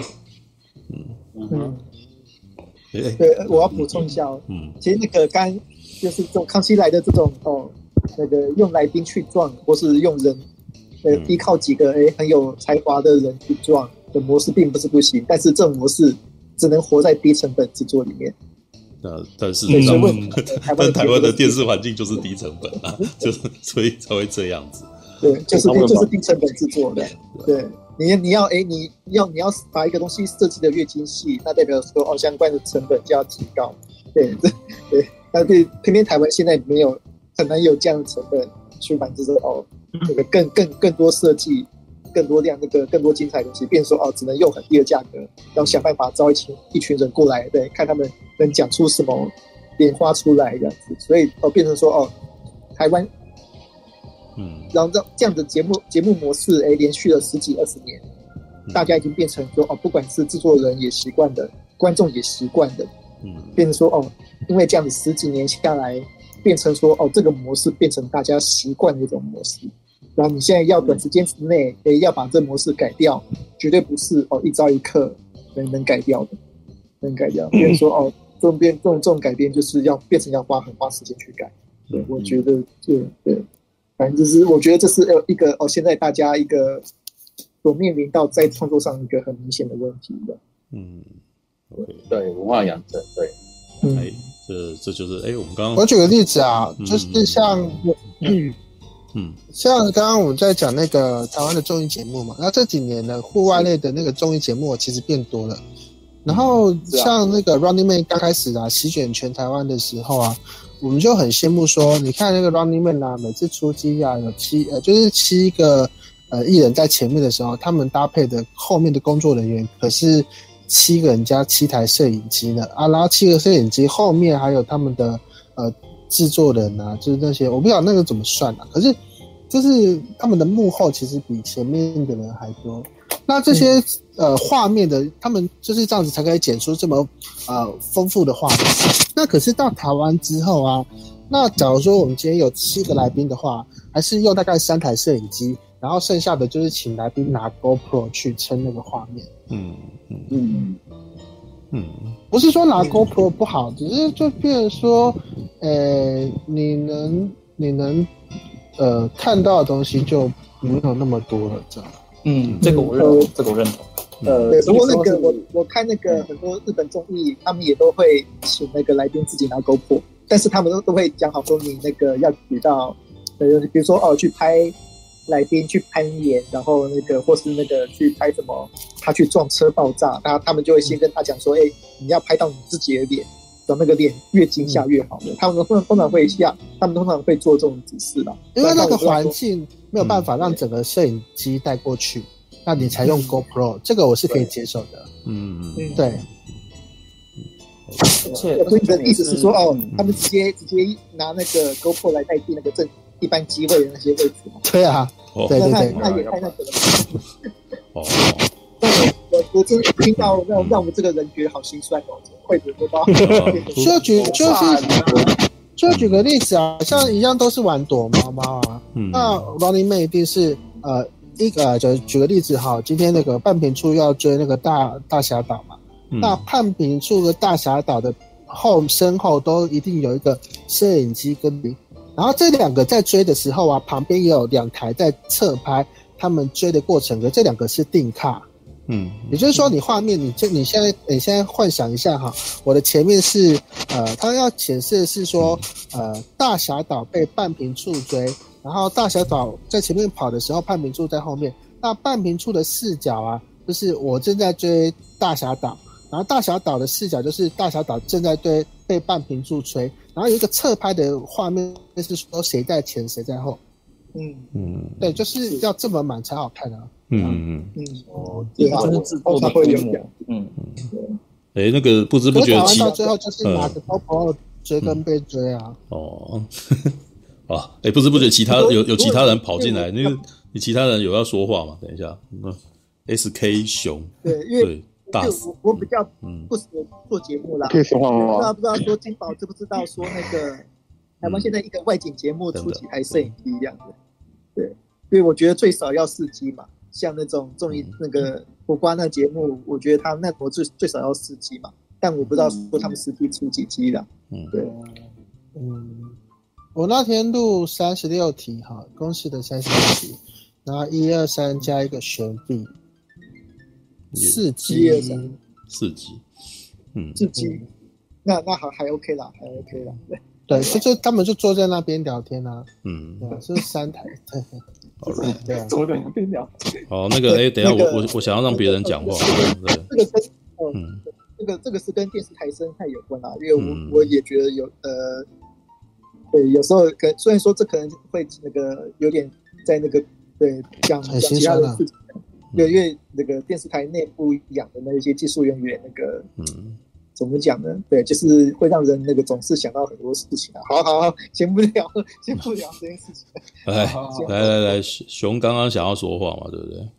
对，我要补充一下其实那个刚就是这种康熙来的这种那个用来宾去撞，或是用人依靠几个很有才华的人去撞的模式，并不是不行，但是这种模式只能活在低成本制作里面。 但是但台湾的电视环境就是低成本啊，就是所以才会这样子。 对，就是低成本制作的。对，你要把一个东西设计的越精细，那代表说相关的成本就要提高。对，但是偏偏台湾现在很难有这样的成本去满足那个更多设计。更多量更多精彩的东西，变成说只能用很低的价格，然后想办法招一群人过来，对，看他们能讲出什么莲花出来这样子，所以变成说台湾，然后这样的节目模式，连续了10几20年，大家已经变成说不管是制作人也习惯的，观众也习惯的，变成说因为这样子10几年下来，变成说这个模式变成大家习惯的一种模式。然后你现在要短时间之内要把这模式改掉，绝对不是一朝一刻能改掉的，能改掉。比如说这种改变就是变成要花时间去改。对，我觉得对，反正就是我觉得这是一个现在大家一个所面临到在创作上一个很明显的问题的。 对，文化养成，对， 这就是我们刚刚我举个例子啊，就是像像刚刚我们在讲那个台湾的综艺节目嘛，那这几年的户外类的那个综艺节目其实变多了。然后像那个 Running Man 刚开始席卷全台湾的时候我们就很羡慕说，你看那个 Running Man 每次出击有7个艺人在前面的时候，他们搭配的后面的工作人员可是7个人加7台摄影机呢然后7个摄影机后面还有他们的制作人就是那些我不知道那个怎么算可是就是他们的幕后其实比前面的人还多。那这些画面的他们就是这样子才可以剪出这么丰富的画面。那可是到台湾之后那假如说我们今天有7个来宾的话，还是用大概3台摄影机，然后剩下的就是请来宾拿 GoPro 去撑那个画面。不是说拿 GoPro 不好，只是就变成说你能看到的东西就没有那么多了这样。 这个我认同。 对，不过那个我看那个很多日本综艺，他们也都会请那个来宾自己拿 GoPro， 但是他们都会讲好说你那个要举到，比如说去拍来宾去攀岩，然后那个或是那个去拍什么他去撞车爆炸，他们就会先跟他讲说，你要拍到你自己的脸，让那个脸越惊吓越好的。他们通常会做这种指示啦， 因为那个环境没有办法让整个摄影机带过去，那你才用 GoPro，这个我是可以接受的。对。 所以你的意思是说，他们直接拿那个 GoPro 来代替那个一般机位的那些位置吗？ 对啊，对。 那也太那个了。我真听到让我们这个人觉得好心酸会不会到？ 就举个例子像一样都是玩躲猫猫那 Running Man 一定是就举个例子今天那个半平处要追那个大峡岛嘛。那半平处的大峡岛的身后都一定有一个摄影机跟然后这2个在追的时候旁边也有2台在侧拍他们追的过程，可这2个是定卡。也就是说你画面你现在幻想一下我的前面是它要显示的是说大峡岛被半平处追，然后大峡岛在前面跑的时候半平处在后面，那半平处的视角就是我正在追大峡岛，然后大峡岛的视角就是大峡岛正在被半平处追，然后有一个侧拍的画面是说谁在前谁在后。对，就是要这么满才好看对，就是制作的规模。 那个不知不觉到最后就是拿着 GoPro 追跟被追不知不觉有其他人跑进来，那个你其他人有要说话吗？等一下，SK 熊， 对，因为大死。 我比较不适合做节目啦。 可以说话吗？ 不知道说金宝知不知道说那个台湾现在一个外景节目出几台摄影机一样的，对，所以我觉得最少要4机嘛。像那种综艺那个火瓜那节目，我觉得他那国最少要4机嘛，但我不知道说他们实际出几机啦。对， 我那天录36题哈，公式的36题，然后1、2、3加一个悬臂，4机 ，4机 ，4机，那还 OK 啦，还 OK 啦， 对，就他们就坐在那边聊天啊，对，就是3台， 对，坐在那边聊。 好，那个等一下我想要让别人讲话，对， 这个是跟电视台生态有关啦，因为我也觉得对，有时候虽然说这可能会那个有点在那个对讲其他的事情，对，因为那个电视台内部养的那些技术人员那个怎么讲呢？对，就是会让人那个总是想到很多事情啊。好，先不聊这件事情。 来，熊刚刚想要说话嘛，对不对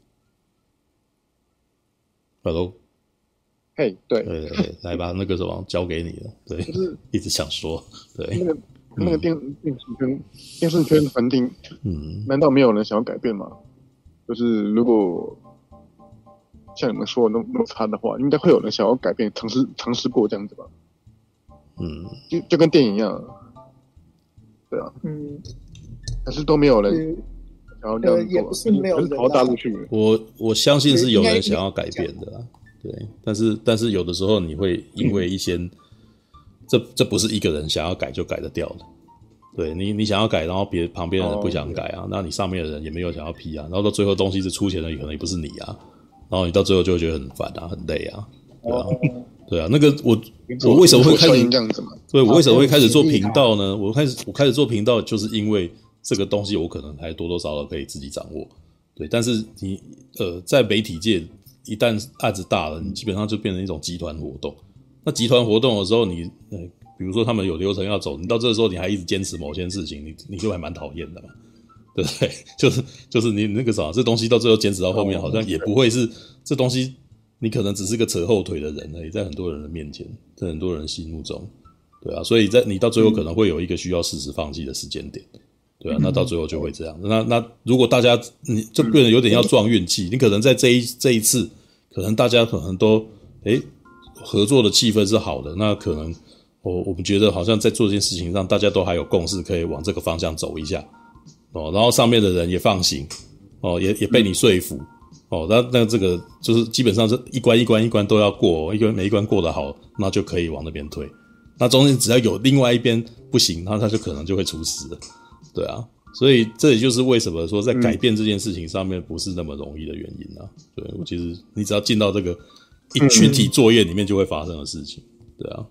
？Hello， 嘿，对， 来吧，那个什么交给你了，对，就是一直想说，对， 那个电视圈环境，难道没有人想要改变吗？就是如果像你们说的那么差的话，应该会有人想要改变，尝试过这样子吧。就跟电影一样，对啊，可是都没有人想要这样做， 也不是没有人跑到大陆去。 我相信是有人想要改变的啦，对，但是有的时候你会因为一些，这不是一个人想要改就改得掉的。对你想要改，然后旁边的人不想改啊，那你上面的人也没有想要批啊，然后到最后东西是出钱的，可能也不是你啊。然后你到最后就会觉得很烦啊，很累啊，对啊，那个我为什么会开始这样子嘛？ 对，我为什么会开始做频道呢？我开始做频道，就是因为这个东西我可能还多多少少可以自己掌握，对。但是你在媒体界一旦案子大了，你基本上就变成一种集团活动。那集团活动的时候，你比如说他们有流程要走，你到这个时候你还一直坚持某件事情，你就还蛮讨厌的嘛。对不对？就是你那个啥，这东西到最后坚持到后面，好像也不会是这东西，你可能只是个扯后腿的人而已，在很多人的面前，在很多人心目中，对啊，所以你到最后可能会有一个需要适时放弃的时间点，对啊，那到最后就会这样。那如果大家你就变得有点要撞运气，你可能在这一次，可能大家可能都合作的气氛是好的，那可能我们觉得好像在做这件事情上，大家都还有共识，可以往这个方向走一下。然后上面的人也放行，也被你说服，那这个就是基本上是一关都要过，每一关过得好，那就可以往那边推。那中间只要有另外一边不行，那他就可能就会出事了，对啊。所以这也就是为什么说在改变这件事情上面不是那么容易的原因啊。对，我其实你只要进到这个一群体作业里面就会发生的事情，对啊。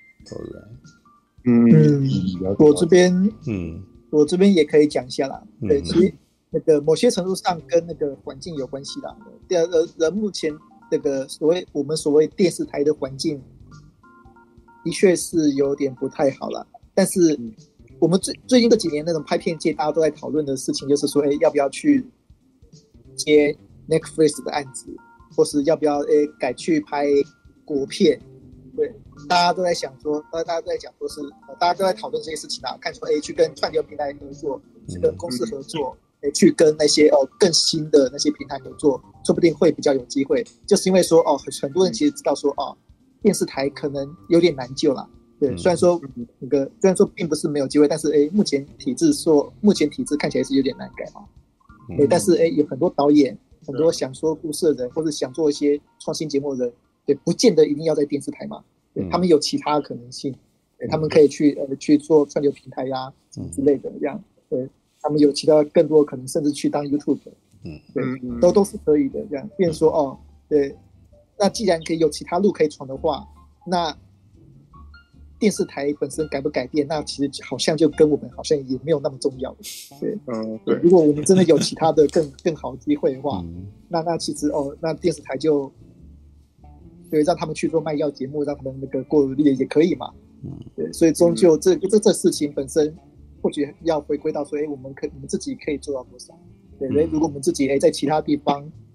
我这边也可以讲一下啦，对，其实那个某些程度上跟那个环境有关系啦。目前这个我们所谓电视台的环境，的确是有点不太好啦。但是我们最近这几年那种拍片界大家都在讨论的事情，就是说，要不要去接 Netflix 的案子，或是要不要改去拍国片？对。大家都在想说，大家都在讲说是，大家都在讨论这些事情啊，看说去跟串流平台合作，去跟公司合作，去跟那些更新的那些平台合作，说不定会比较有机会。就是因为说很多人其实知道说电视台可能有点难救啦。对，虽然说并不是没有机会，但是目前体制看起来是有点难改嘛。但是有很多导演，很多想说故事的人，或者想做一些创新节目的人，对，不见得一定要在电视台嘛。他们有其他的可能性，他们可以去做串流平台呀之类的，这样，对，他们有其他更多可能，甚至去当 YouTube，对，都是可以的，这样。变成说对，那既然可以有其他路可以闯的话，那电视台本身改不改变，那其实好像就跟我们好像也没有那么重要，对，对。如果我们真的有其他的更好的机会的话，那其实那电视台就。对，让他们去做卖药节目，让他们那个过也可以嘛。对，所以终究这事情本身，或许要回归到说，我们自己可以做到多少？对，如果我们自己在其他地方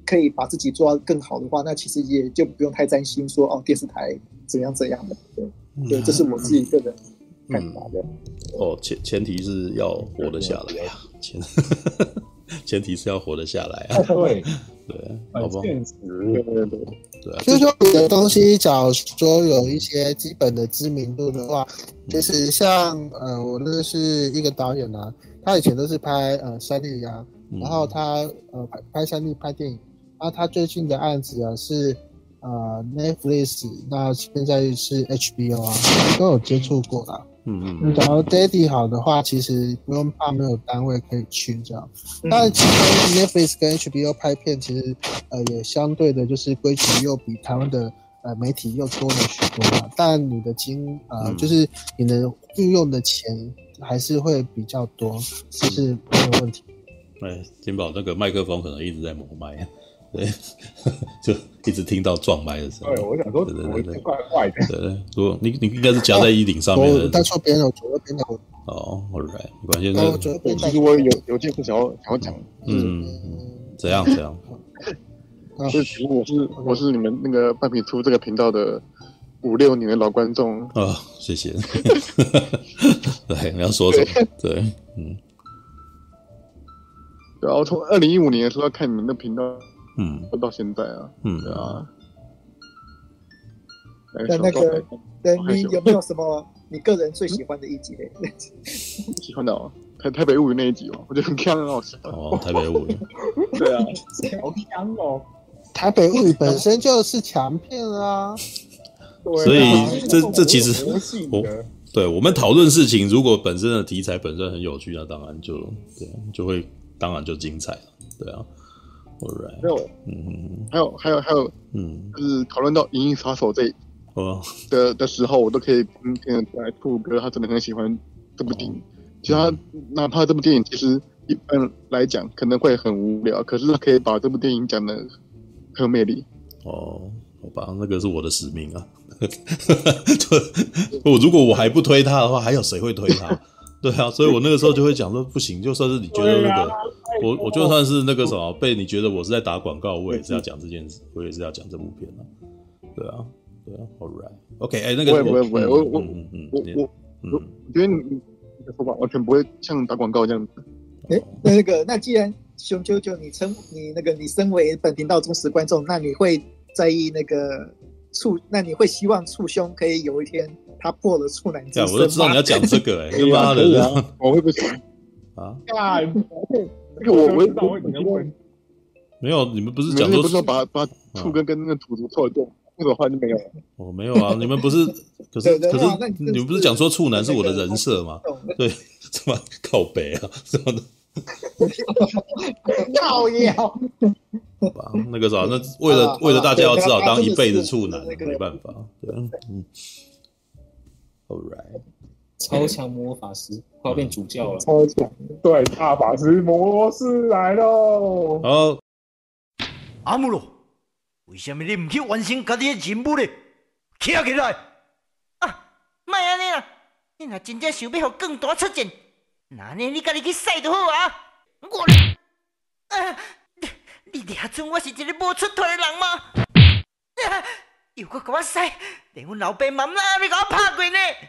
可以把自己做到更好的话，那其实也就不用太担心说电视台怎样怎样的。对，这是我自己个人看法的。 前提是要活得下来啊，前提是要活得下来啊。 对， 好不好？ 现实， 对啊。 就是说你的东西，假如说有一些基本的知名度的话，其实像我认识一个导演啊，他以前都是拍3D啊，然后他拍3D 拍电影，然后他最近的案子啊是Netflix， 那现在是 HBO 啊，都有接触过啦。然后 Daddy 好的话，其实不用怕没有单位可以去这样。但其实 Netflix 跟 HBO 拍片，其实也相对的就是规矩又比台湾的媒体又多了许多嘛。但你的就是你能运用的钱还是会比较多，这是没有问题。 金宝那个麦克风可能一直在磨麦。对，就一直听到撞麦的声音。 对，我想说，对，怪怪的。 对，如果你应该是夹在衣领上面的。 我带错边了，左右边的。 alright， 没关系。 其实我有件事想要讲。 怎样？ 就是我是你们那个半瓶出这个频道的5-6年的老观众。 谢谢。对，你要说什么？对， 对啊，我从2015年的时候看你们的频道。到现在啊，对啊。 那你有没有什么你个人最喜欢的一集嘞？ 喜欢的台北物语那一集我觉得很强，很好笑。 台北物语。 对啊， 好强哦！ 台北物语本身就是强片啊。 所以这其实我们讨论事情，如果本身的题材本身很有趣，那当然就会当然就精彩了，对啊。 还有，就是讨论到《银翼杀手》的时候，我都可以听得出来，兔哥他真的很喜欢这部电影。其实他哪怕这部电影其实一般来讲可能会很无聊，可是他可以把这部电影讲得很有魅力。 好吧，那个是我的使命啊。如果我还不推他的话，还有谁会推他？对啊，所以我那个时候就会讲说，不行，就算是你觉得那个，我就算是那个什么被你觉得我是在打广告，我也是要讲这件事，我也是要讲这部片啊。对啊 ，Alright，OK， 那个不会，我觉得你的说法完全不会像打广告这样子。 那既然熊啾啾你身为本频道忠实观众，那你会在意那你会希望触凶可以有一天他破了处男之身吗？ 我都知道你要讲这个他妈的， 我会不喜欢啊！ 这个我没有，你们不是讲说不是说把触跟那个土族错掉，那种话就没有了。 没有啊，你们不是，可是你们不是讲说处男是我的人设吗？对，什么靠北啊什么的。 靠腰。 吧，那个啥，那为了大家要只好当一辈子处男，没办法。对，Alright， 超强魔法师快要变主教了。 超强，对，大法师模式来喽。 好， 阿姆罗，为什么你唔去完成家己的任务呢？起来！ 莫安尼啦，你若真正想要互更大出战，那呢你家己去使就好啊。你抓准我是一个无出头的人吗？又搁甲我使，连阮老爸妈妈你甲我拍过呢。